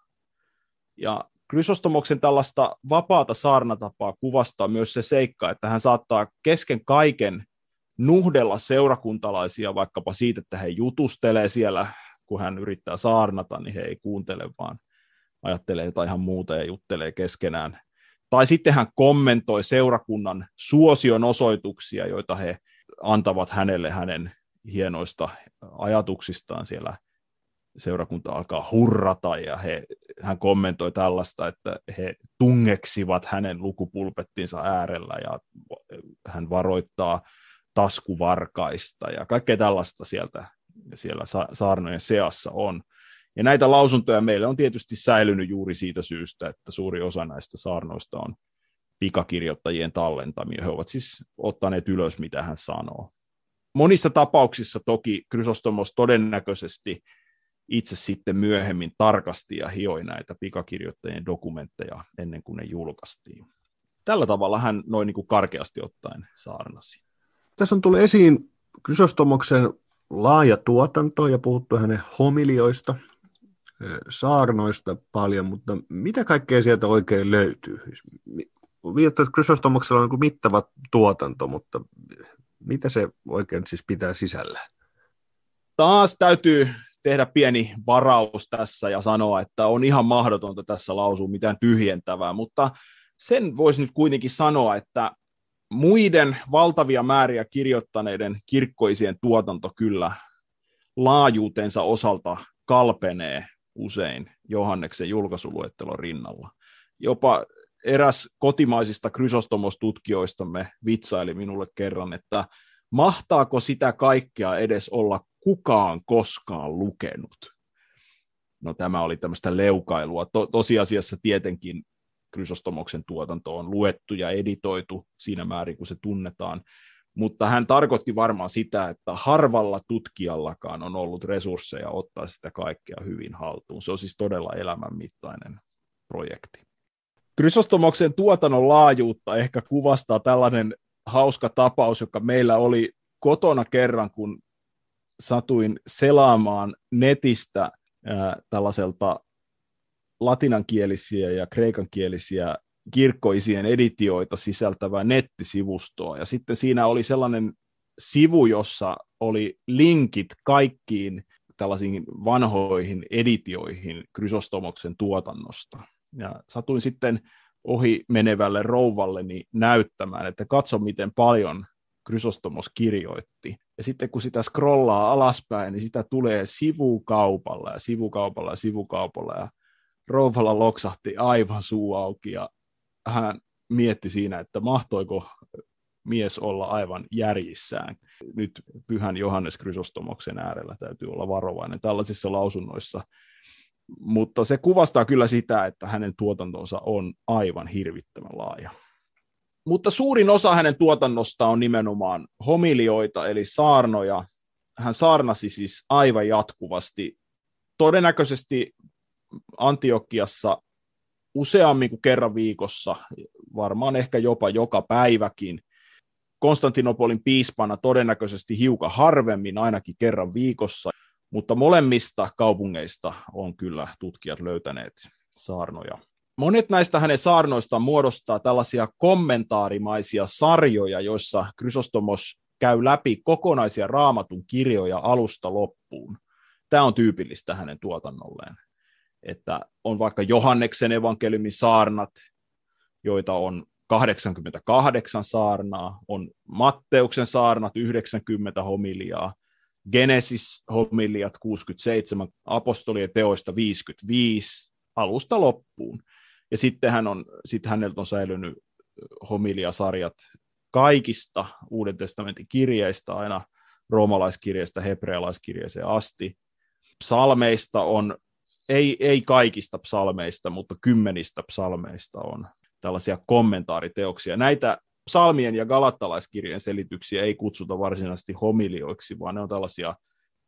Ja Krysostomoksen tällaista vapaata saarnatapaa kuvastaa myös se seikka, että hän saattaa kesken kaiken nuhdella seurakuntalaisia vaikkapa siitä, että he jutustelee siellä, kun hän yrittää saarnata, niin he ei kuuntele, vaan ajattelee jotain ihan muuta ja juttelee keskenään. Tai sitten hän kommentoi seurakunnan suosion osoituksia, joita he antavat hänelle hänen hienoista ajatuksistaan. Siellä seurakunta alkaa hurrata ja he, hän kommentoi tällaista, että he tungeksivat hänen lukupulpettinsa äärellä ja hän varoittaa taskuvarkaista ja kaikkea tällaista sieltä, siellä saarnojen seassa on. Ja näitä lausuntoja meille on tietysti säilynyt juuri siitä syystä, että suuri osa näistä saarnoista on pikakirjoittajien tallentamia. He ovat siis ottaneet ylös, mitä hän sanoo. Monissa tapauksissa toki Krysostomos todennäköisesti itse sitten myöhemmin tarkasti ja hioi näitä pikakirjoittajien dokumentteja ennen kuin ne julkaistiin. Tällä tavalla hän noin niin kuin karkeasti ottaen saarnasi. Tässä on tullut esiin Krysostomoksen laaja tuotanto ja puhuttu hänen homilioista, saarnoista paljon, mutta mitä kaikkea sieltä oikein löytyy? Viittaa, että Krysostomoksella on niin mittava tuotanto, mutta mitä se oikein siis pitää sisällä? Taas täytyy tehdä pieni varaus tässä ja sanoa, että on ihan mahdotonta tässä lausua mitään tyhjentävää, mutta sen voisi nyt kuitenkin sanoa, että muiden valtavia määriä kirjoittaneiden kirkkoisien tuotanto kyllä laajuutensa osalta kalpenee usein Johanneksen julkaisuluettelon rinnalla. Jopa eräs kotimaisista Krysostomos-tutkijoistamme vitsaili minulle kerran, että mahtaako sitä kaikkea edes olla kukaan koskaan lukenut? No tämä oli tämmöistä leukailua. To- tosiasiassa tietenkin Krysostomoksen tuotanto on luettu ja editoitu siinä määrin, kun se tunnetaan, mutta hän tarkoitti varmaan sitä, että harvalla tutkijallakaan on ollut resursseja ottaa sitä kaikkea hyvin haltuun. Se on siis todella elämänmittainen projekti. Krysostomoksen tuotannon laajuutta ehkä kuvastaa tällainen hauska tapaus, joka meillä oli kotona kerran, kun satuin selaamaan netistä ää, tällaiselta latinankielisiä ja kreikankielisiä kirkkoisien editioita sisältävää nettisivustoa. Ja sitten siinä oli sellainen sivu, jossa oli linkit kaikkiin tällaisiin vanhoihin editioihin Krysostomoksen tuotannosta. Ja satuin sitten ohi menevälle rouvalleni näyttämään, että katso miten paljon Krysostomos kirjoitti. Ja sitten kun sitä scrollaa alaspäin, niin sitä tulee sivukaupalla ja sivukaupalla ja sivukaupalla. Ja rouvalla loksahti aivan suu auki ja hän mietti siinä, että mahtoiko mies olla aivan järjissään. Nyt pyhän Johannes Krysostomoksen äärellä täytyy olla varovainen tällaisissa lausunnoissa. Mutta se kuvastaa kyllä sitä, että hänen tuotantonsa on aivan hirvittävän laaja. Mutta suurin osa hänen tuotannosta on nimenomaan homilioita, eli saarnoja. Hän saarnasi siis aivan jatkuvasti. Todennäköisesti Antiokiassa useammin kuin kerran viikossa, varmaan ehkä jopa joka päiväkin. Konstantinopolin piispana todennäköisesti hiukan harvemmin, ainakin kerran viikossa, mutta molemmista kaupungeista on kyllä tutkijat löytäneet saarnoja. Monet näistä hänen saarnoistaan muodostaa tällaisia kommentaarimaisia sarjoja, joissa Krysostomos käy läpi kokonaisia raamatun kirjoja alusta loppuun. Tämä on tyypillistä hänen tuotannolleen. Että on vaikka Johanneksen evankeliumin saarnat, joita on kahdeksankymmentäkahdeksan saarnaa, on Matteuksen saarnat yhdeksänkymmentä homiliaa, Genesis-homiliat kuusikymmentäseitsemän, apostolien teoista viisikymmentäviisi, alusta loppuun. Ja sitten, hän on, sitten häneltä on säilynyt homiliasarjat kaikista Uuden testamentin kirjeistä, aina roomalaiskirjeistä hebrealaiskirjeeseen asti. Psalmeista on, ei, ei kaikista psalmeista, mutta kymmenistä psalmeista on tällaisia kommentaariteoksia. Näitä psalmien ja galattalaiskirjeen selityksiä ei kutsuta varsinaisesti homilioiksi, vaan ne on tällaisia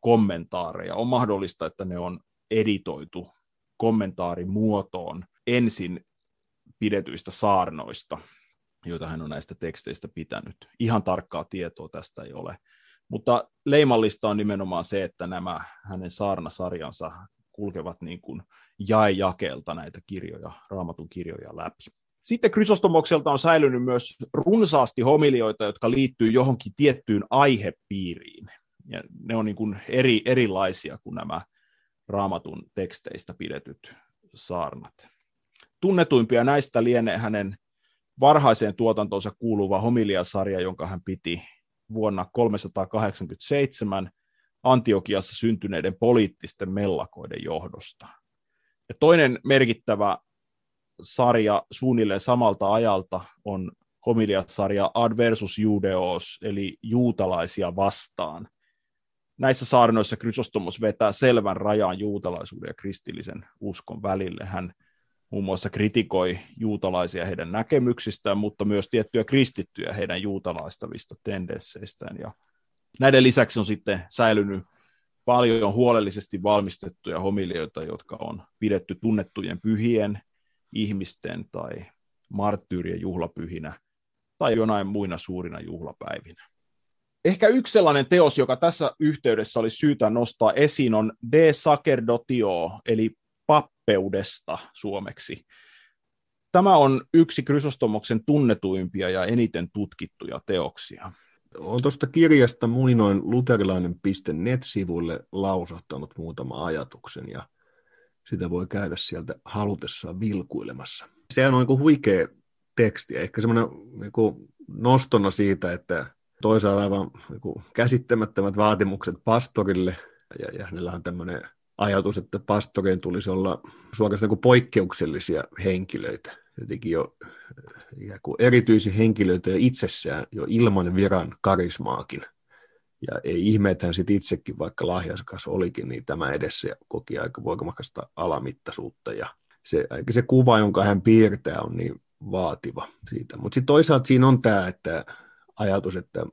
kommentaareja. On mahdollista, että ne on editoitu kommentaarimuotoon ensin pidetyistä saarnoista, joita hän on näistä teksteistä pitänyt. Ihan tarkkaa tietoa tästä ei ole. Mutta leimallista on nimenomaan se, että nämä hänen saarnasarjansa kulkevat niin kuin jae jakeelta näitä kirjoja, Raamatun kirjoja läpi. Sitten Krysostomokselta on säilynyt myös runsaasti homilioita, jotka liittyy johonkin tiettyyn aihepiiriin. Ja ne on niin kuin eri, erilaisia kuin nämä Raamatun teksteistä pidetyt saarnat. Tunnetuimpia näistä lienee hänen varhaiseen tuotantonsa kuuluva homiliasarja, jonka hän piti vuonna kolmesataakahdeksankymmentäseitsemän Antiokiassa syntyneiden poliittisten mellakoiden johdosta. Ja toinen merkittävä sarja suunnilleen samalta ajalta on homiliasarja Ad versus Judeos, eli juutalaisia vastaan. Näissä saarnoissa Krysostomos vetää selvän rajan juutalaisuuden ja kristillisen uskon välille. Hän muun muassa kritikoi juutalaisia heidän näkemyksistään, mutta myös tiettyjä kristittyjä heidän juutalaistavista tendensseistään. Ja näiden lisäksi on sitten säilynyt paljon huolellisesti valmistettuja homilioita, jotka on pidetty tunnettujen pyhien ihmisten tai marttyyrien juhlapyhinä tai jonain muina suurina juhlapäivinä. Ehkä yksi sellainen teos, joka tässä yhteydessä olisi syytä nostaa esiin, on De Sacerdotio, eli pappeudesta suomeksi. Tämä on yksi Krysostomoksen tunnetuimpia ja eniten tutkittuja teoksia. Olen tuosta kirjasta muinoin luterilainen piste net-sivuille lausahtanut muutama ajatuksen, ja sitä voi käydä sieltä halutessaan vilkuilemassa. Sehän on niin huikea teksti, ehkä semmoinen niin nostona siitä, että toisaalta aivan niin käsittämättömät vaatimukset pastorille, ja, ja hänellä on tämmöinen ajatus, että pastorien tulisi olla suorastaan niin poikkeuksellisia henkilöitä, jotenkin jo erityisiä henkilöitä jo itsessään, jo ilman viran karismaakin. Ja ei ihme, että hän sitten itsekin, vaikka lahjakas olikin, niin tämä edessä koki aika voimakasta alamittaisuutta. Ja se, se kuva, jonka hän piirtää, on niin vaativa siitä. Mutta sitten toisaalta siinä on tämä että ajatus, että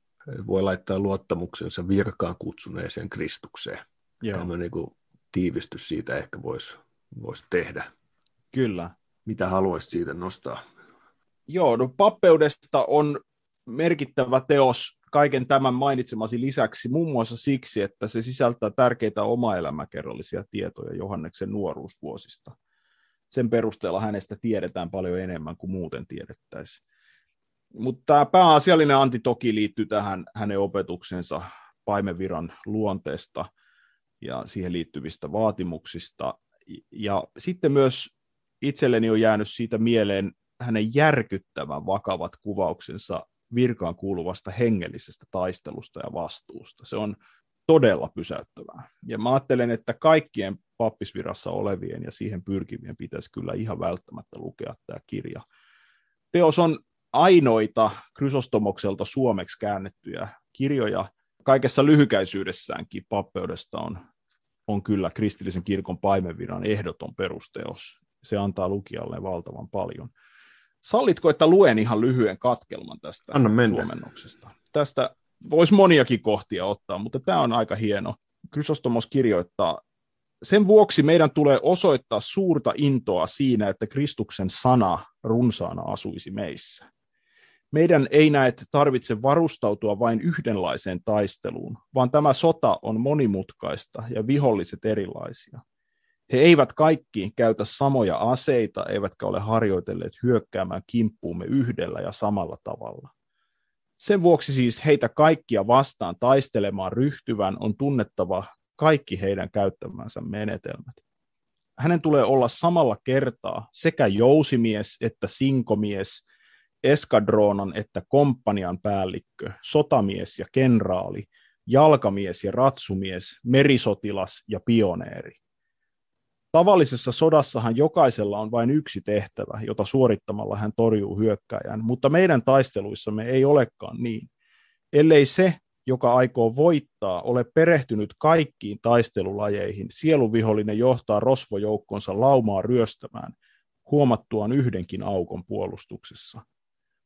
voi laittaa luottamuksensa virkaan kutsuneeseen Kristukseen. Tämä niin tiivistys siitä ehkä voisi vois tehdä. Kyllä. Mitä haluaisit siitä nostaa? Joo, no pappeudesta on merkittävä teos kaiken tämän mainitsemasi lisäksi muun muassa siksi, että se sisältää tärkeitä omaelämäkerrallisia tietoja Johanneksen nuoruusvuosista. Sen perusteella hänestä tiedetään paljon enemmän kuin muuten tiedettäisiin. Mutta tämä pääasiallinen anti toki liittyy tähän hänen opetuksensa paimenviran luonteesta ja siihen liittyvistä vaatimuksista. Ja sitten myös itselleni on jäänyt siitä mieleen hänen järkyttävän vakavat kuvauksensa virkaan kuuluvasta hengellisestä taistelusta ja vastuusta. Se on todella pysäyttävää. Ja mä ajattelen, että kaikkien pappisvirassa olevien ja siihen pyrkivien pitäisi kyllä ihan välttämättä lukea tämä kirja. Teos on ainoita Krysostomokselta suomeksi käännettyjä kirjoja. Kaikessa lyhykäisyydessäänkin pappeudesta on, on kyllä kristillisen kirkon paimenviran ehdoton perusteos. Se antaa lukijalle valtavan paljon. Sallitko, että luen ihan lyhyen katkelman tästä suomennoksesta? Tästä voisi moniakin kohtia ottaa, mutta tämä on aika hieno. Krysostomos kirjoittaa, sen vuoksi meidän tulee osoittaa suurta intoa siinä, että Kristuksen sana runsaana asuisi meissä. Meidän ei näet tarvitse varustautua vain yhdenlaiseen taisteluun, vaan tämä sota on monimutkaista ja viholliset erilaisia. He eivät kaikki käytä samoja aseita, eivätkä ole harjoitelleet hyökkäämään kimppuumme yhdellä ja samalla tavalla. Sen vuoksi siis heitä kaikkia vastaan taistelemaan ryhtyvän on tunnettava kaikki heidän käyttämänsä menetelmät. Hänen tulee olla samalla kertaa sekä jousimies että sinkomies, eskadronan että komppanian päällikkö, sotamies ja kenraali, jalkamies ja ratsumies, merisotilas ja pioneeri. Tavallisessa sodassahan jokaisella on vain yksi tehtävä, jota suorittamalla hän torjuu hyökkääjän, mutta meidän taisteluissamme ei olekaan niin. Ellei se, joka aikoo voittaa, ole perehtynyt kaikkiin taistelulajeihin, sieluvihollinen johtaa rosvojoukkonsa laumaa ryöstämään, huomattuaan yhdenkin aukon puolustuksessa.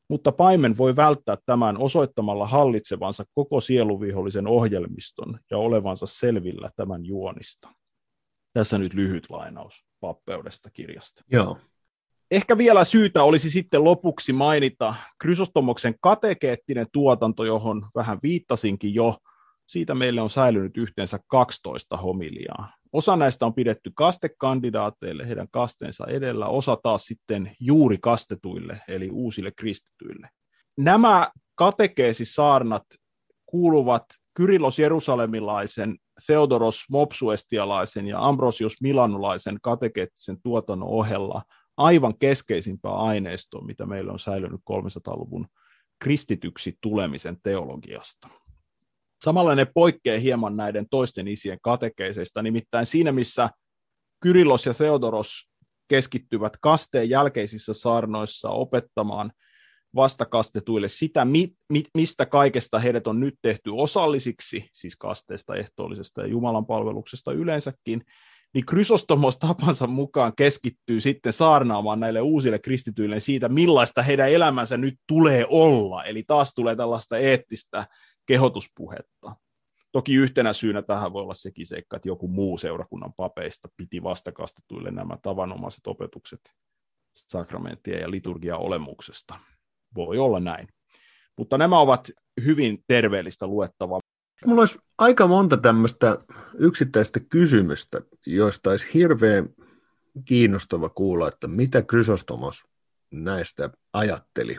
mutta paimen voi välttää tämän osoittamalla hallitsevansa koko sieluvihollisen ohjelmiston ja olevansa selvillä tämän juonista. Tässä nyt lyhyt lainaus Pappeudesta kirjasta. Joo. Ehkä vielä syytä olisi sitten lopuksi mainita Krysostomoksen katekeettinen tuotanto, johon vähän viittasinkin jo. Siitä meille on säilynyt yhteensä kaksitoista homiliaa. Osa näistä on pidetty kastekandidaateille heidän kasteensa edellä, osa taas sitten juuri kastetuille, eli uusille kristityille. Nämä katekeesisaarnat kuuluvat Kyrillos Jerusalemilaisen, Theodoros Mopsuestialaisen ja Ambrosius Milanolaisen katekeettisen tuotannon ohella aivan keskeisimpää aineistoa, mitä meillä on säilynyt kolmesataaluvun kristityksi tulemisen teologiasta. Samalla ne poikkeaa hieman näiden toisten isien katekeiseista, nimittäin siinä, missä Kyrillos ja Theodoros keskittyvät kasteen jälkeisissä saarnoissa opettamaan vastakastetuille sitä, mistä kaikesta heidät on nyt tehty osallisiksi, siis kasteesta, ehtoollisesta ja Jumalan palveluksesta yleensäkin, niin Krysostomos tapansa mukaan keskittyy sitten saarnaamaan näille uusille kristityille siitä, millaista heidän elämänsä nyt tulee olla. Eli taas tulee tällaista eettistä kehotuspuhetta. Toki yhtenä syynä tähän voi olla sekin seikka, että joku muu seurakunnan papeista piti vastakastetuille nämä tavanomaiset opetukset sakramenttien ja liturgian olemuksesta. Voi olla näin. Mutta nämä ovat hyvin terveellistä luettavaa. Mulla olisi aika monta tämmöistä yksittäistä kysymystä, joista olisi hirveän kiinnostava kuulla, että mitä Krysostomos näistä ajatteli.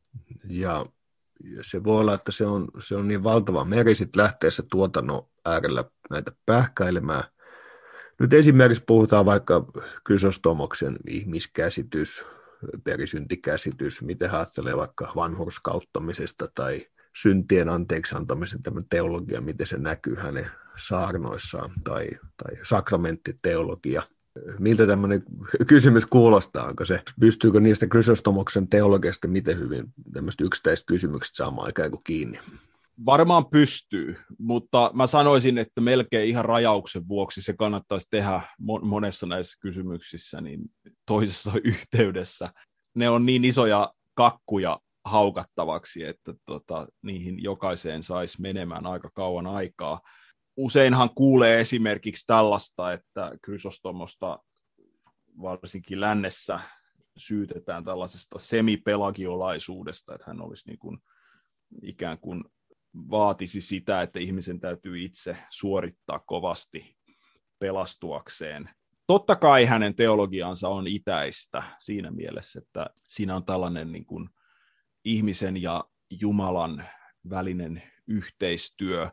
Ja se voi olla, että se on, se on niin valtava meri sitten lähteä se tuotannon äärellä näitä pähkäilemään. Nyt esimerkiksi puhutaan vaikka Krysostomoksen ihmiskäsitys, perisyntikäsitys, miten hän ajattelee vaikka vanhurskauttamisesta tai syntien anteeksi antamisen tämmöinen teologia, miten se näkyy hänen saarnoissaan, tai, tai sakramenttiteologia. Miltä tämmöinen kysymys kuulostaa? Onko se, pystyykö niistä Krysostomoksen teologiasta miten hyvin tämmöistä yksittäistä kysymykset saamaan ikään kuin kiinni? Varmaan pystyy, mutta mä sanoisin, että melkein ihan rajauksen vuoksi se kannattaisi tehdä monessa näissä kysymyksissä niin toisessa yhteydessä. Ne on niin isoja kakkuja haukattavaksi, että tota, niihin jokaiseen saisi menemään aika kauan aikaa. Useinhan kuulee esimerkiksi tällaista, että Krysostomosta varsinkin lännessä syytetään tällaisesta semipelagiolaisuudesta, että hän olisi niin kuin, ikään kuin vaatisi sitä, että ihmisen täytyy itse suorittaa kovasti pelastuakseen. Totta kai hänen teologiansa on itäistä siinä mielessä, että siinä on tällainen niin kuin ihmisen ja Jumalan välinen yhteistyö.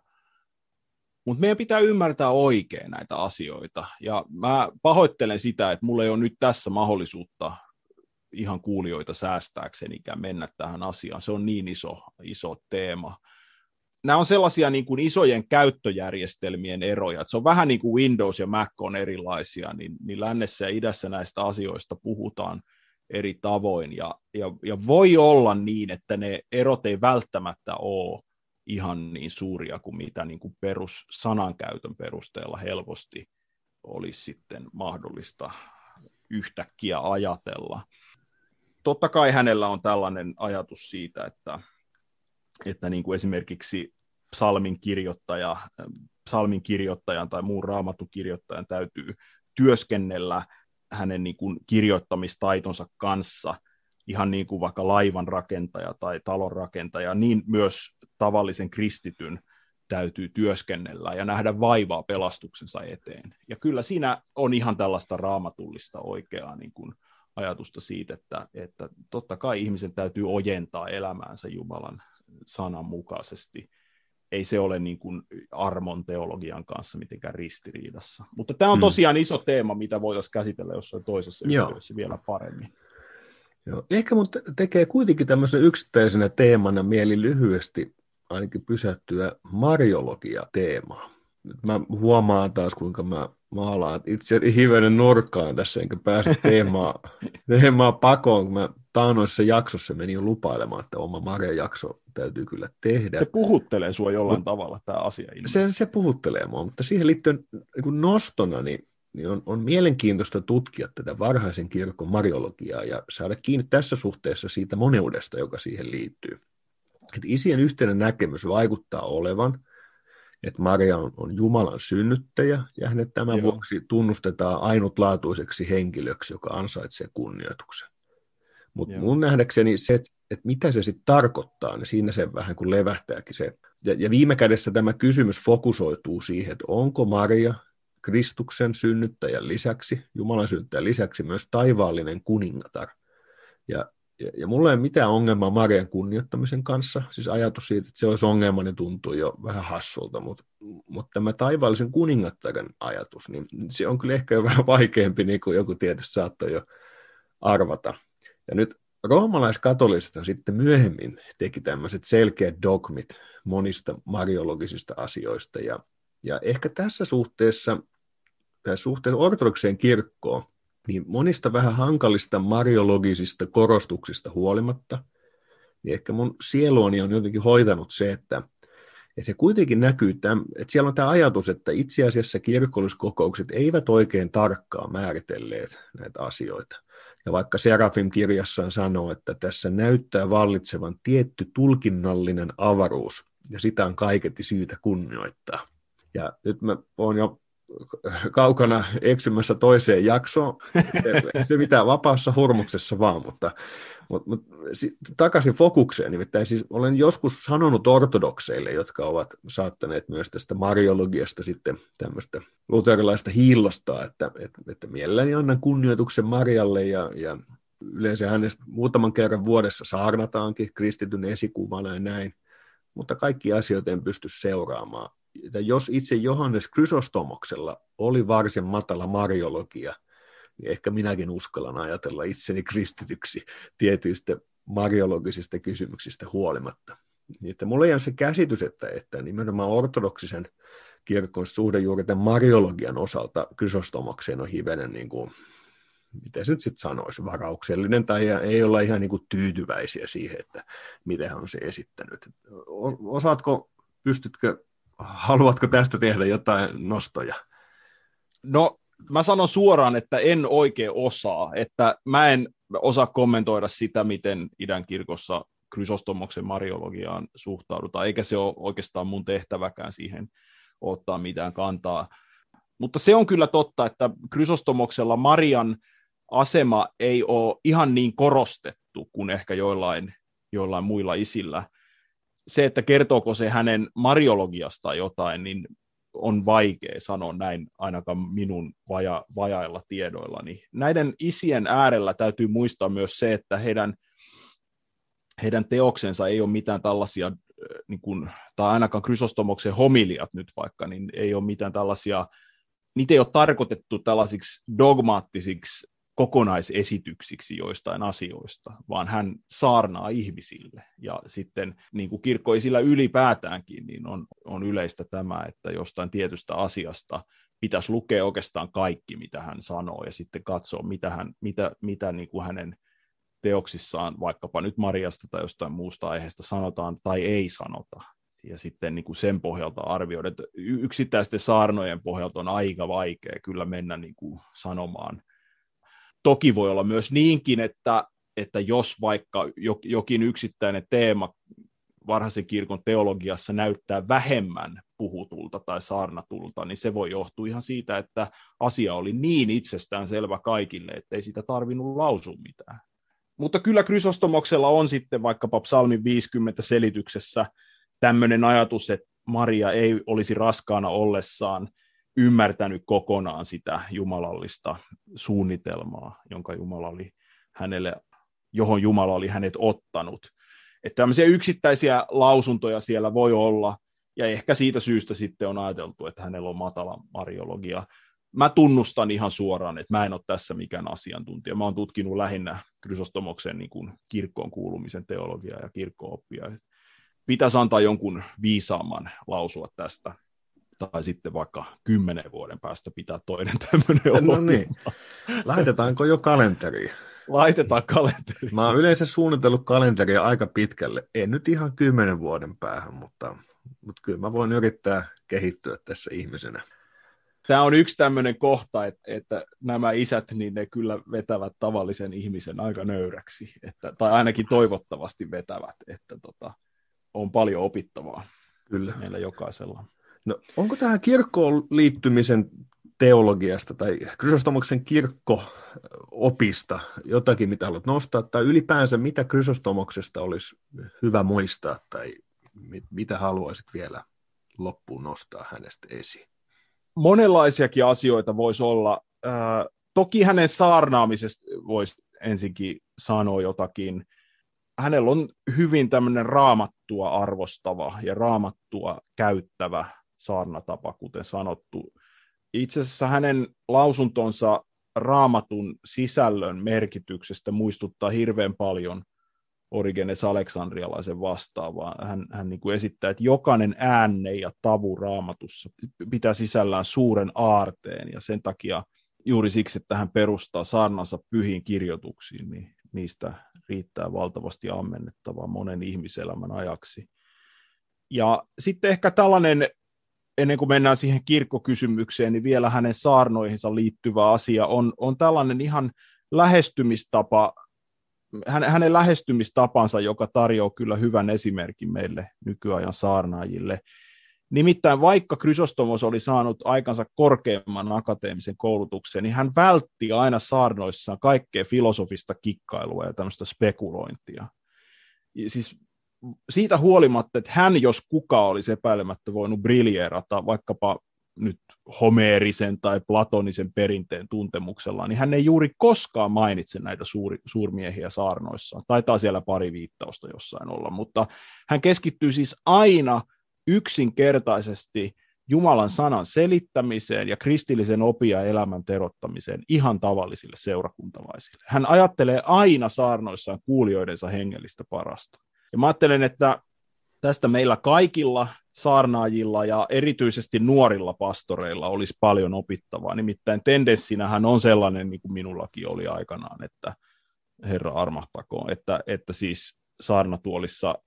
Mutta meidän pitää ymmärtää oikein näitä asioita. Ja mä pahoittelen sitä, että mulla ei ole nyt tässä mahdollisuutta ihan kuulijoita säästääksenikään mennä tähän asiaan. Se on niin iso, iso teema. Nämä on sellaisia niin kuin isojen käyttöjärjestelmien eroja. Että se on vähän niin kuin Windows ja Mac on erilaisia, niin, niin lännessä ja idässä näistä asioista puhutaan eri tavoin. Ja, ja, ja voi olla niin, että ne erot ei välttämättä ole ihan niin suuria kuin mitä niin kuin perussanankäytön perusteella helposti olisi sitten mahdollista yhtäkkiä ajatella. Totta kai hänellä on tällainen ajatus siitä, että, että niin kuin esimerkiksi psalmin, kirjoittaja, psalmin kirjoittajan tai muun raamatukirjoittajan täytyy työskennellä hänen niin kuin kirjoittamistaitonsa kanssa, ihan niin kuin vaikka laivan rakentaja tai talon rakentaja, niin myös tavallisen kristityn täytyy työskennellä ja nähdä vaivaa pelastuksensa eteen. Ja kyllä siinä on ihan tällaista raamatullista oikeaa niin kuin ajatusta siitä, että, että totta kai ihmisen täytyy ojentaa elämäänsä Jumalan sanan mukaisesti. Ei se ole niin kuin armon teologian kanssa mitenkään ristiriidassa. Mutta tämä on tosiaan iso teema, mitä voitaisiin käsitellä jossain toisessa yhteydessä vielä paremmin. Joo. Ehkä mun tekee kuitenkin tämmöisen yksittäisenä teemana mieli lyhyesti ainakin pysähtyä mariologia-teemaan. Mä huomaan taas, kuinka mä maalaan itse hivenen nurkkaan tässä, enkä pääse teemaa, teemaa pakoon, kun mä taannoissa jaksossa menin jo lupailemaan, että oma Maria-jakso täytyy kyllä tehdä. Se puhuttelee sua jollain Mut, tavalla, tämä asia. Se, se puhuttelee mua, mutta siihen liittyen niin nostona, niin niin on, on mielenkiintoista tutkia tätä varhaisen kirkon mariologiaa ja saada kiinni tässä suhteessa siitä moneudesta, joka siihen liittyy. Että isien yhteinen näkemys vaikuttaa olevan, että Maria on, on Jumalan synnyttäjä, ja hänet tämän Joo. vuoksi tunnustetaan ainutlaatuiseksi henkilöksi, joka ansaitsee kunnioituksen. Mutta mun nähdäkseni se, että, että mitä se sitten tarkoittaa, niin siinä se vähän kuin levähtääkin se. Ja, ja viime kädessä tämä kysymys fokusoituu siihen, että onko Maria Kristuksen synnyttäjän lisäksi, Jumalan synnyttäjän lisäksi myös taivaallinen kuningatar. Ja Ja, ja mulla ei ole mitään ongelmaa Marian kunnioittamisen kanssa, siis ajatus siitä, että se olisi ongelma, niin tuntuu jo vähän hassulta, mutta, mutta tämä taivaallisen kuningattaren ajatus, niin se on kyllä ehkä vähän vaikeampi, niin kuin joku tietysti saattoi jo arvata. Ja nyt roomalaiskatoliset sitten myöhemmin teki tämmöiset selkeät dogmit monista mariologisista asioista, ja, ja ehkä tässä suhteessa, tässä suhteessa ortodokseen kirkkoon, niin monista vähän hankalista mariologisista korostuksista huolimatta, niin ehkä mun sieluoni on jotenkin hoitanut se, että, että se kuitenkin näkyy, tämän, että siellä on tämä ajatus, että itse asiassa kirkolliskokoukset eivät oikein tarkkaan määritelleet näitä asioita. Ja vaikka Serafim-kirjassaan sanoo, että tässä näyttää vallitsevan tietty tulkinnallinen avaruus, ja sitä on kaiketi syytä kunnioittaa. Ja nyt mä oon jo kaukana eksymässä toiseen jaksoon, se mitään vapaassa hurmuksessa vaan, mutta, mutta, mutta takaisin fokukseen, nimittäin siis olen joskus sanonut ortodokseille, jotka ovat saattaneet myös tästä mariologiasta sitten tämmöistä luterilaista hiillostaa, että, että, että mielelläni annan kunnioituksen Marialle ja, ja yleensä hänestä muutaman kerran vuodessa saarnataankin kristityn esikuvana ja näin, mutta kaikki asioita en pysty seuraamaan. Että jos itse Johannes Chrysostomoksella oli varsin matala mariologia, niin ehkä minäkin uskallan ajatella itseni kristityksi tietyistä mariologisista kysymyksistä huolimatta. Niin että mulla ei ole se käsitys, että, että nimenomaan ortodoksisen kirkon suhde juuri tämän mariologian osalta Chrysostomokseen on hivenen, niin kuin, miten se nyt sitten sanoisi, varauksellinen, tai ei olla ihan niin kuin tyytyväisiä siihen, että mitä hän on se esittänyt. Osaatko, pystytkö Haluatko tästä tehdä jotain nostoja? No, mä sanon suoraan, että en oikein osaa, että mä en osaa kommentoida sitä, miten idän kirkossa Chrysostomoksen mariologiaan suhtaudutaan, eikä se ole oikeastaan mun tehtäväkään siihen ottaa mitään kantaa. Mutta se on kyllä totta, että Chrysostomoksella Marian asema ei ole ihan niin korostettu kuin ehkä joillain, joillain muilla isillä. Se, että kertooko se hänen mariologiasta jotain, niin on vaikea sanoa näin ainakaan minun vaja, vajailla tiedoillani. Näiden isien äärellä täytyy muistaa myös se, että heidän, heidän teoksensa ei ole mitään tällaisia, niin kuin, tai ainakaan Chrysostomoksen homiliat nyt vaikka, niin ei ole mitään tällaisia, niitä ei ole tarkoitettu tällaisiksi dogmaattisiksi kokonaisesityksiksi joistain asioista, vaan hän saarnaa ihmisille. Ja sitten niin kuin kirkkoisilla ylipäätäänkin niin on, on yleistä tämä, että jostain tietystä asiasta pitäisi lukea oikeastaan kaikki, mitä hän sanoo, ja sitten katsoa, mitä, hän, mitä, mitä niin kuin hänen teoksissaan, vaikkapa nyt Mariasta tai jostain muusta aiheesta sanotaan tai ei sanota. Ja sitten niin kuin sen pohjalta arvioida, että yksittäisten saarnojen pohjalta on aika vaikea kyllä mennä niin kuin sanomaan. Toki voi olla myös niinkin, että, että jos vaikka jokin yksittäinen teema varhaisen kirkon teologiassa näyttää vähemmän puhutulta tai saarnatulta, niin se voi johtua ihan siitä, että asia oli niin itsestään selvä kaikille, ettei sitä tarvinnut lausua mitään. Mutta kyllä Chrysostomoksella on sitten vaikkapa psalmin viisikymmentä selityksessä tämmöinen ajatus, että Maria ei olisi raskaana ollessaan ymmärtänyt kokonaan sitä jumalallista suunnitelmaa, jonka Jumala oli hänelle, johon Jumala oli hänet ottanut. Että tämmöisiä yksittäisiä lausuntoja siellä voi olla, ja ehkä siitä syystä sitten on ajateltu, että hänellä on matala mariologia. Mä tunnustan ihan suoraan, että mä en ole tässä mikään asiantuntija. Mä oon tutkinut lähinnä Chrysostomoksen niin kuin kirkkoon kuulumisen teologiaa ja kirkko-oppia. Pitäisi antaa jonkun viisaamman lausua tästä. Tai sitten vaikka kymmenen vuoden päästä pitää toinen tämmöinen no niin. Laitetaanko jo kalenteriin? Laitetaan kalenteriin. Mä oon yleensä suunnitellut kalenteria aika pitkälle. En nyt ihan kymmenen vuoden päähän, mutta, mutta kyllä mä voin yrittää kehittyä tässä ihmisenä. Tämä on yksi tämmöinen kohta, että, että nämä isät, niin ne kyllä vetävät tavallisen ihmisen aika nöyräksi, että, tai ainakin toivottavasti vetävät, että tota, on paljon opittavaa kyllä meillä jokaisella. No, onko tähän kirkkoon liittymisen teologiasta tai Krysostomoksen kirkko-opista jotakin, mitä haluat nostaa, tai ylipäänsä mitä Krysostomoksesta olisi hyvä muistaa, tai mit, mitä haluaisit vielä loppuun nostaa hänestä esiin? Monenlaisiakin asioita voisi olla. Äh, toki hänen saarnaamisesta voisi ensinkin sanoa jotakin. Hänellä on hyvin tämmöinen raamattua arvostava ja raamattua käyttävä saarnatapa, kuten sanottu. Itse asiassa hänen lausuntonsa raamatun sisällön merkityksestä muistuttaa hirveän paljon Origenes Aleksandrialaisen vastaavaa. Hän, hän niin kuin esittää, että jokainen äänne ja tavu raamatussa pitää sisällään suuren aarteen, ja sen takia juuri siksi, että hän perustaa saarnansa pyhiin kirjoituksiin, niin niistä riittää valtavasti ammennettavaa monen ihmiselämän ajaksi. Ja sitten ehkä tällainen, ennen kuin mennään siihen kirkkokysymykseen, niin vielä hänen saarnoihinsa liittyvä asia on, on tällainen ihan lähestymistapa, hänen lähestymistapansa, joka tarjoaa kyllä hyvän esimerkin meille nykyajan saarnaajille. Nimittäin vaikka Krysostomos oli saanut aikansa korkeimman akateemisen koulutuksen, niin hän vältti aina saarnoissaan kaikkea filosofista kikkailua ja tämmöistä spekulointia. Ja siis siitä huolimatta, että hän jos kuka olisi epäilemättä voinut briljeerata vaikkapa nyt homeerisen tai platonisen perinteen tuntemuksella, niin hän ei juuri koskaan mainitse näitä suuri, suurmiehiä saarnoissaan. Taitaa siellä pari viittausta jossain olla, mutta hän keskittyy siis aina yksinkertaisesti Jumalan sanan selittämiseen ja kristillisen opin ja elämän terottamiseen ihan tavallisille seurakuntalaisille. Hän ajattelee aina saarnoissaan kuulijoidensa hengellistä parasta. Ja mä ajattelen, että tästä meillä kaikilla saarnaajilla ja erityisesti nuorilla pastoreilla olisi paljon opittavaa. Nimittäin tendenssinähän on sellainen, niin kuin minullakin oli aikanaan, että Herra armahtakoon, että, että siis saarnatuolissa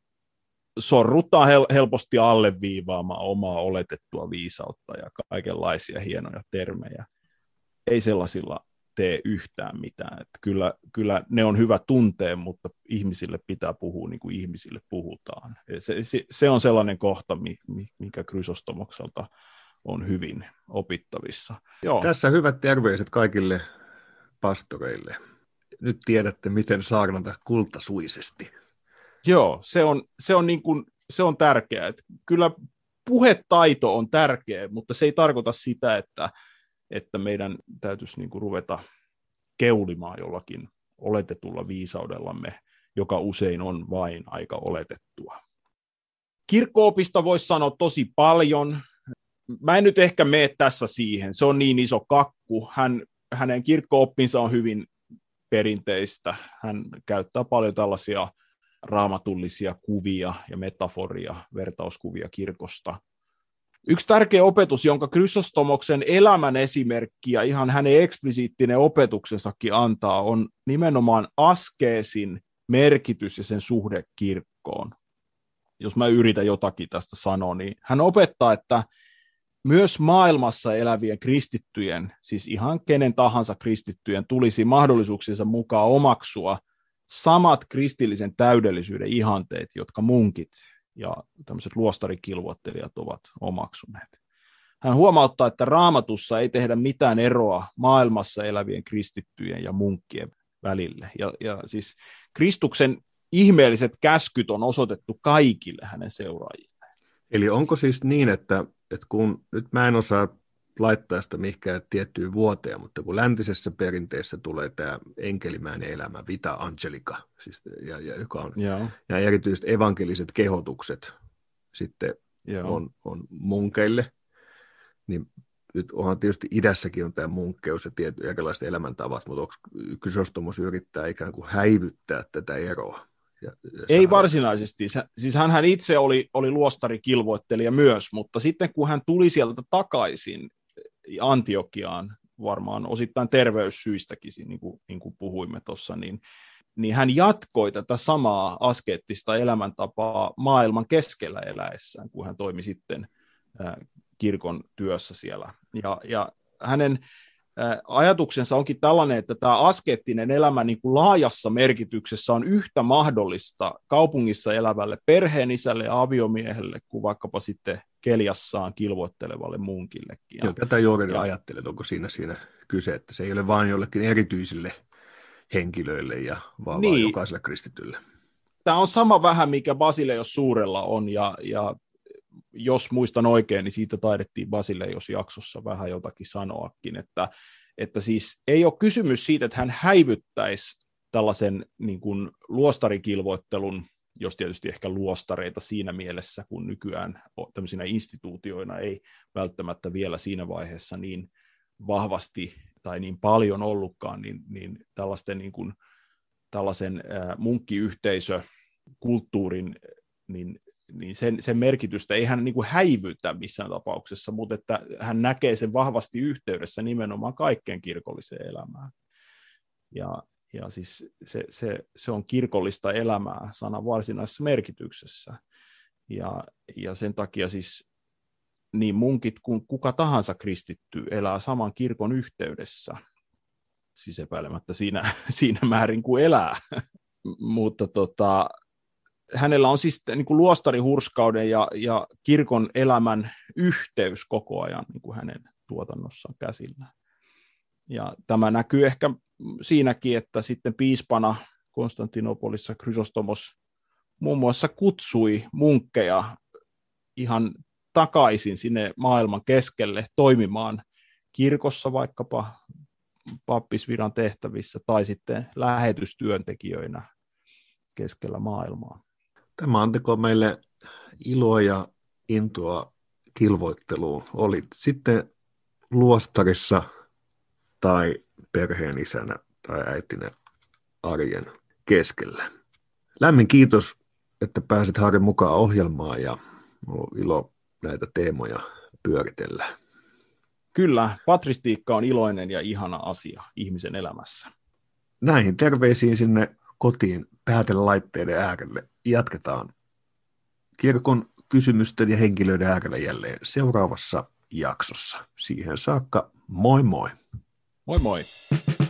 sorrutaan hel- helposti alleviivaamaan omaa oletettua viisautta ja kaikenlaisia hienoja termejä. Ei sellaisilla tee yhtään mitään. Että kyllä, kyllä ne on hyvä tuntea, mutta ihmisille pitää puhua niin kuin ihmisille puhutaan. Se, se, se on sellainen kohta, mikä Krysostomokselta on hyvin opittavissa. Joo. Tässä hyvät terveiset kaikille pastoreille. Nyt tiedätte, miten saarnata kultasuisesti. Joo, se on, se on, niin kuin, se on tärkeää. Että kyllä puhetaito on tärkeä, mutta se ei tarkoita sitä, että, että meidän täytyisi niin kuin ruveta keulimaan jollakin oletetulla viisaudellamme, joka usein on vain aika oletettua. Kirkko-opista voisi sanoa tosi paljon. Mä en nyt ehkä mene tässä siihen, se on niin iso kakku. Hän, hänen kirkko-oppinsa on hyvin perinteistä. Hän käyttää paljon tällaisia raamatullisia kuvia ja metaforia, vertauskuvia kirkosta. Yksi tärkeä opetus, jonka Krysostomoksen elämän esimerkki ja ihan hänen eksplisiittinen opetuksensakin antaa, on nimenomaan askeesin merkitys ja sen suhde kirkkoon. Jos mä yritän jotakin tästä sanoa, niin hän opettaa, että myös maailmassa elävien kristittyjen, siis ihan kenen tahansa kristittyjen, tulisi mahdollisuuksiensa mukaan omaksua samat kristillisen täydellisyyden ihanteet, jotka munkit ja tämmöiset luostarikilvoittelijat ovat omaksuneet. Hän huomauttaa, että Raamatussa ei tehdä mitään eroa maailmassa elävien kristittyjen ja munkkien välille. Ja, ja siis Kristuksen ihmeelliset käskyt on osoitettu kaikille hänen seuraajilleen. Eli onko siis niin, että, että kun nyt mä en osaa laittaa sitä mihinkään tiettyyn vuoteen, mutta kun läntisessä perinteessä tulee tämä enkelimäinen elämä, vita angelica, siis, ja, ja, joka on, ja erityisesti evankeliset kehotukset sitten on, on munkeille, niin nyt onhan tietysti idässäkin on tämä munkkeus ja tietyt erilaiset elämäntavat, mutta onko Krysostomos yrittää ikään kuin häivyttää tätä eroa? Ja, ja ei varsinaisesti. Siis hänhän itse oli, oli luostarikilvoittelija myös, mutta sitten kun hän tuli sieltä takaisin Antiokiaan, varmaan osittain terveyssyistäkin, niin kuin, niin kuin puhuimme tuossa, niin, niin hän jatkoi tätä samaa askeettista elämäntapaa maailman keskellä eläessään, kun hän toimi sitten äh, kirkon työssä siellä Ja, ja hänen ajatuksensa onkin tällainen, että tämä askeettinen elämä niin kuin laajassa merkityksessä on yhtä mahdollista kaupungissa elävälle perheenisälle ja aviomiehelle kuin vaikkapa sitten keljassaan kilvoittelevalle munkillekin. Ja tätä juuri ajattelet, onko siinä, siinä kyse, että se ei ole vain jollekin erityisille henkilöille, ja vaan, niin, vaan jokaiselle kristitylle. Tämä on sama vähän, mikä Basileios Suurella on, ja, ja jos muistan oikein, niin siitä taidettiin Basileios jaksossa vähän jotakin sanoakin, että, että siis ei ole kysymys siitä, että hän häivyttäisi tällaisen niin kuin luostarikilvoittelun, jos tietysti ehkä luostareita siinä mielessä, kun nykyään tämmöisinä instituutioina ei välttämättä vielä siinä vaiheessa niin vahvasti tai niin paljon ollutkaan, niin, niin tällaisten niin kuin, tällaisen äh, munkkiyhteisökulttuurin, niin niin sen, sen merkitystä ei hän niin kuin häivytä missään tapauksessa, mutta että hän näkee sen vahvasti yhteydessä nimenomaan kaikkeen kirkolliseen elämään. Ja, ja siis se, se, se on kirkollista elämää sanan varsinaisessa merkityksessä. Ja, ja sen takia siis niin munkit kuin kuka tahansa kristitty elää saman kirkon yhteydessä, siis epäilemättä siinä, siinä määrin kuin elää. Mutta tota, hänellä on siis niin kuin luostarihurskauden ja, ja kirkon elämän yhteys koko ajan niin kuin hänen tuotannossaan käsillä. Ja tämä näkyy ehkä siinäkin, että sitten piispana Konstantinopolissa Chrysostomos muun muassa kutsui munkkeja ihan takaisin sinne maailman keskelle toimimaan kirkossa vaikkapa pappisviran tehtävissä tai sitten lähetystyöntekijöinä keskellä maailmaa. Tämä antako meille iloa ja intoa kilvoitteluun. Olit sitten luostarissa tai perheen isänä tai äitinä arjen keskellä. Lämmin kiitos, että pääsit Harri mukaan ohjelmaan, ja on ilo näitä teemoja pyöritellä. Kyllä, patristiikka on iloinen ja ihana asia ihmisen elämässä. Näihin terveisiin sinne kotiin päätelaitteiden äärelle jatketaan kirkon kysymysten ja henkilöiden äärellä jälleen seuraavassa jaksossa. Siihen saakka, moi moi! Moi moi!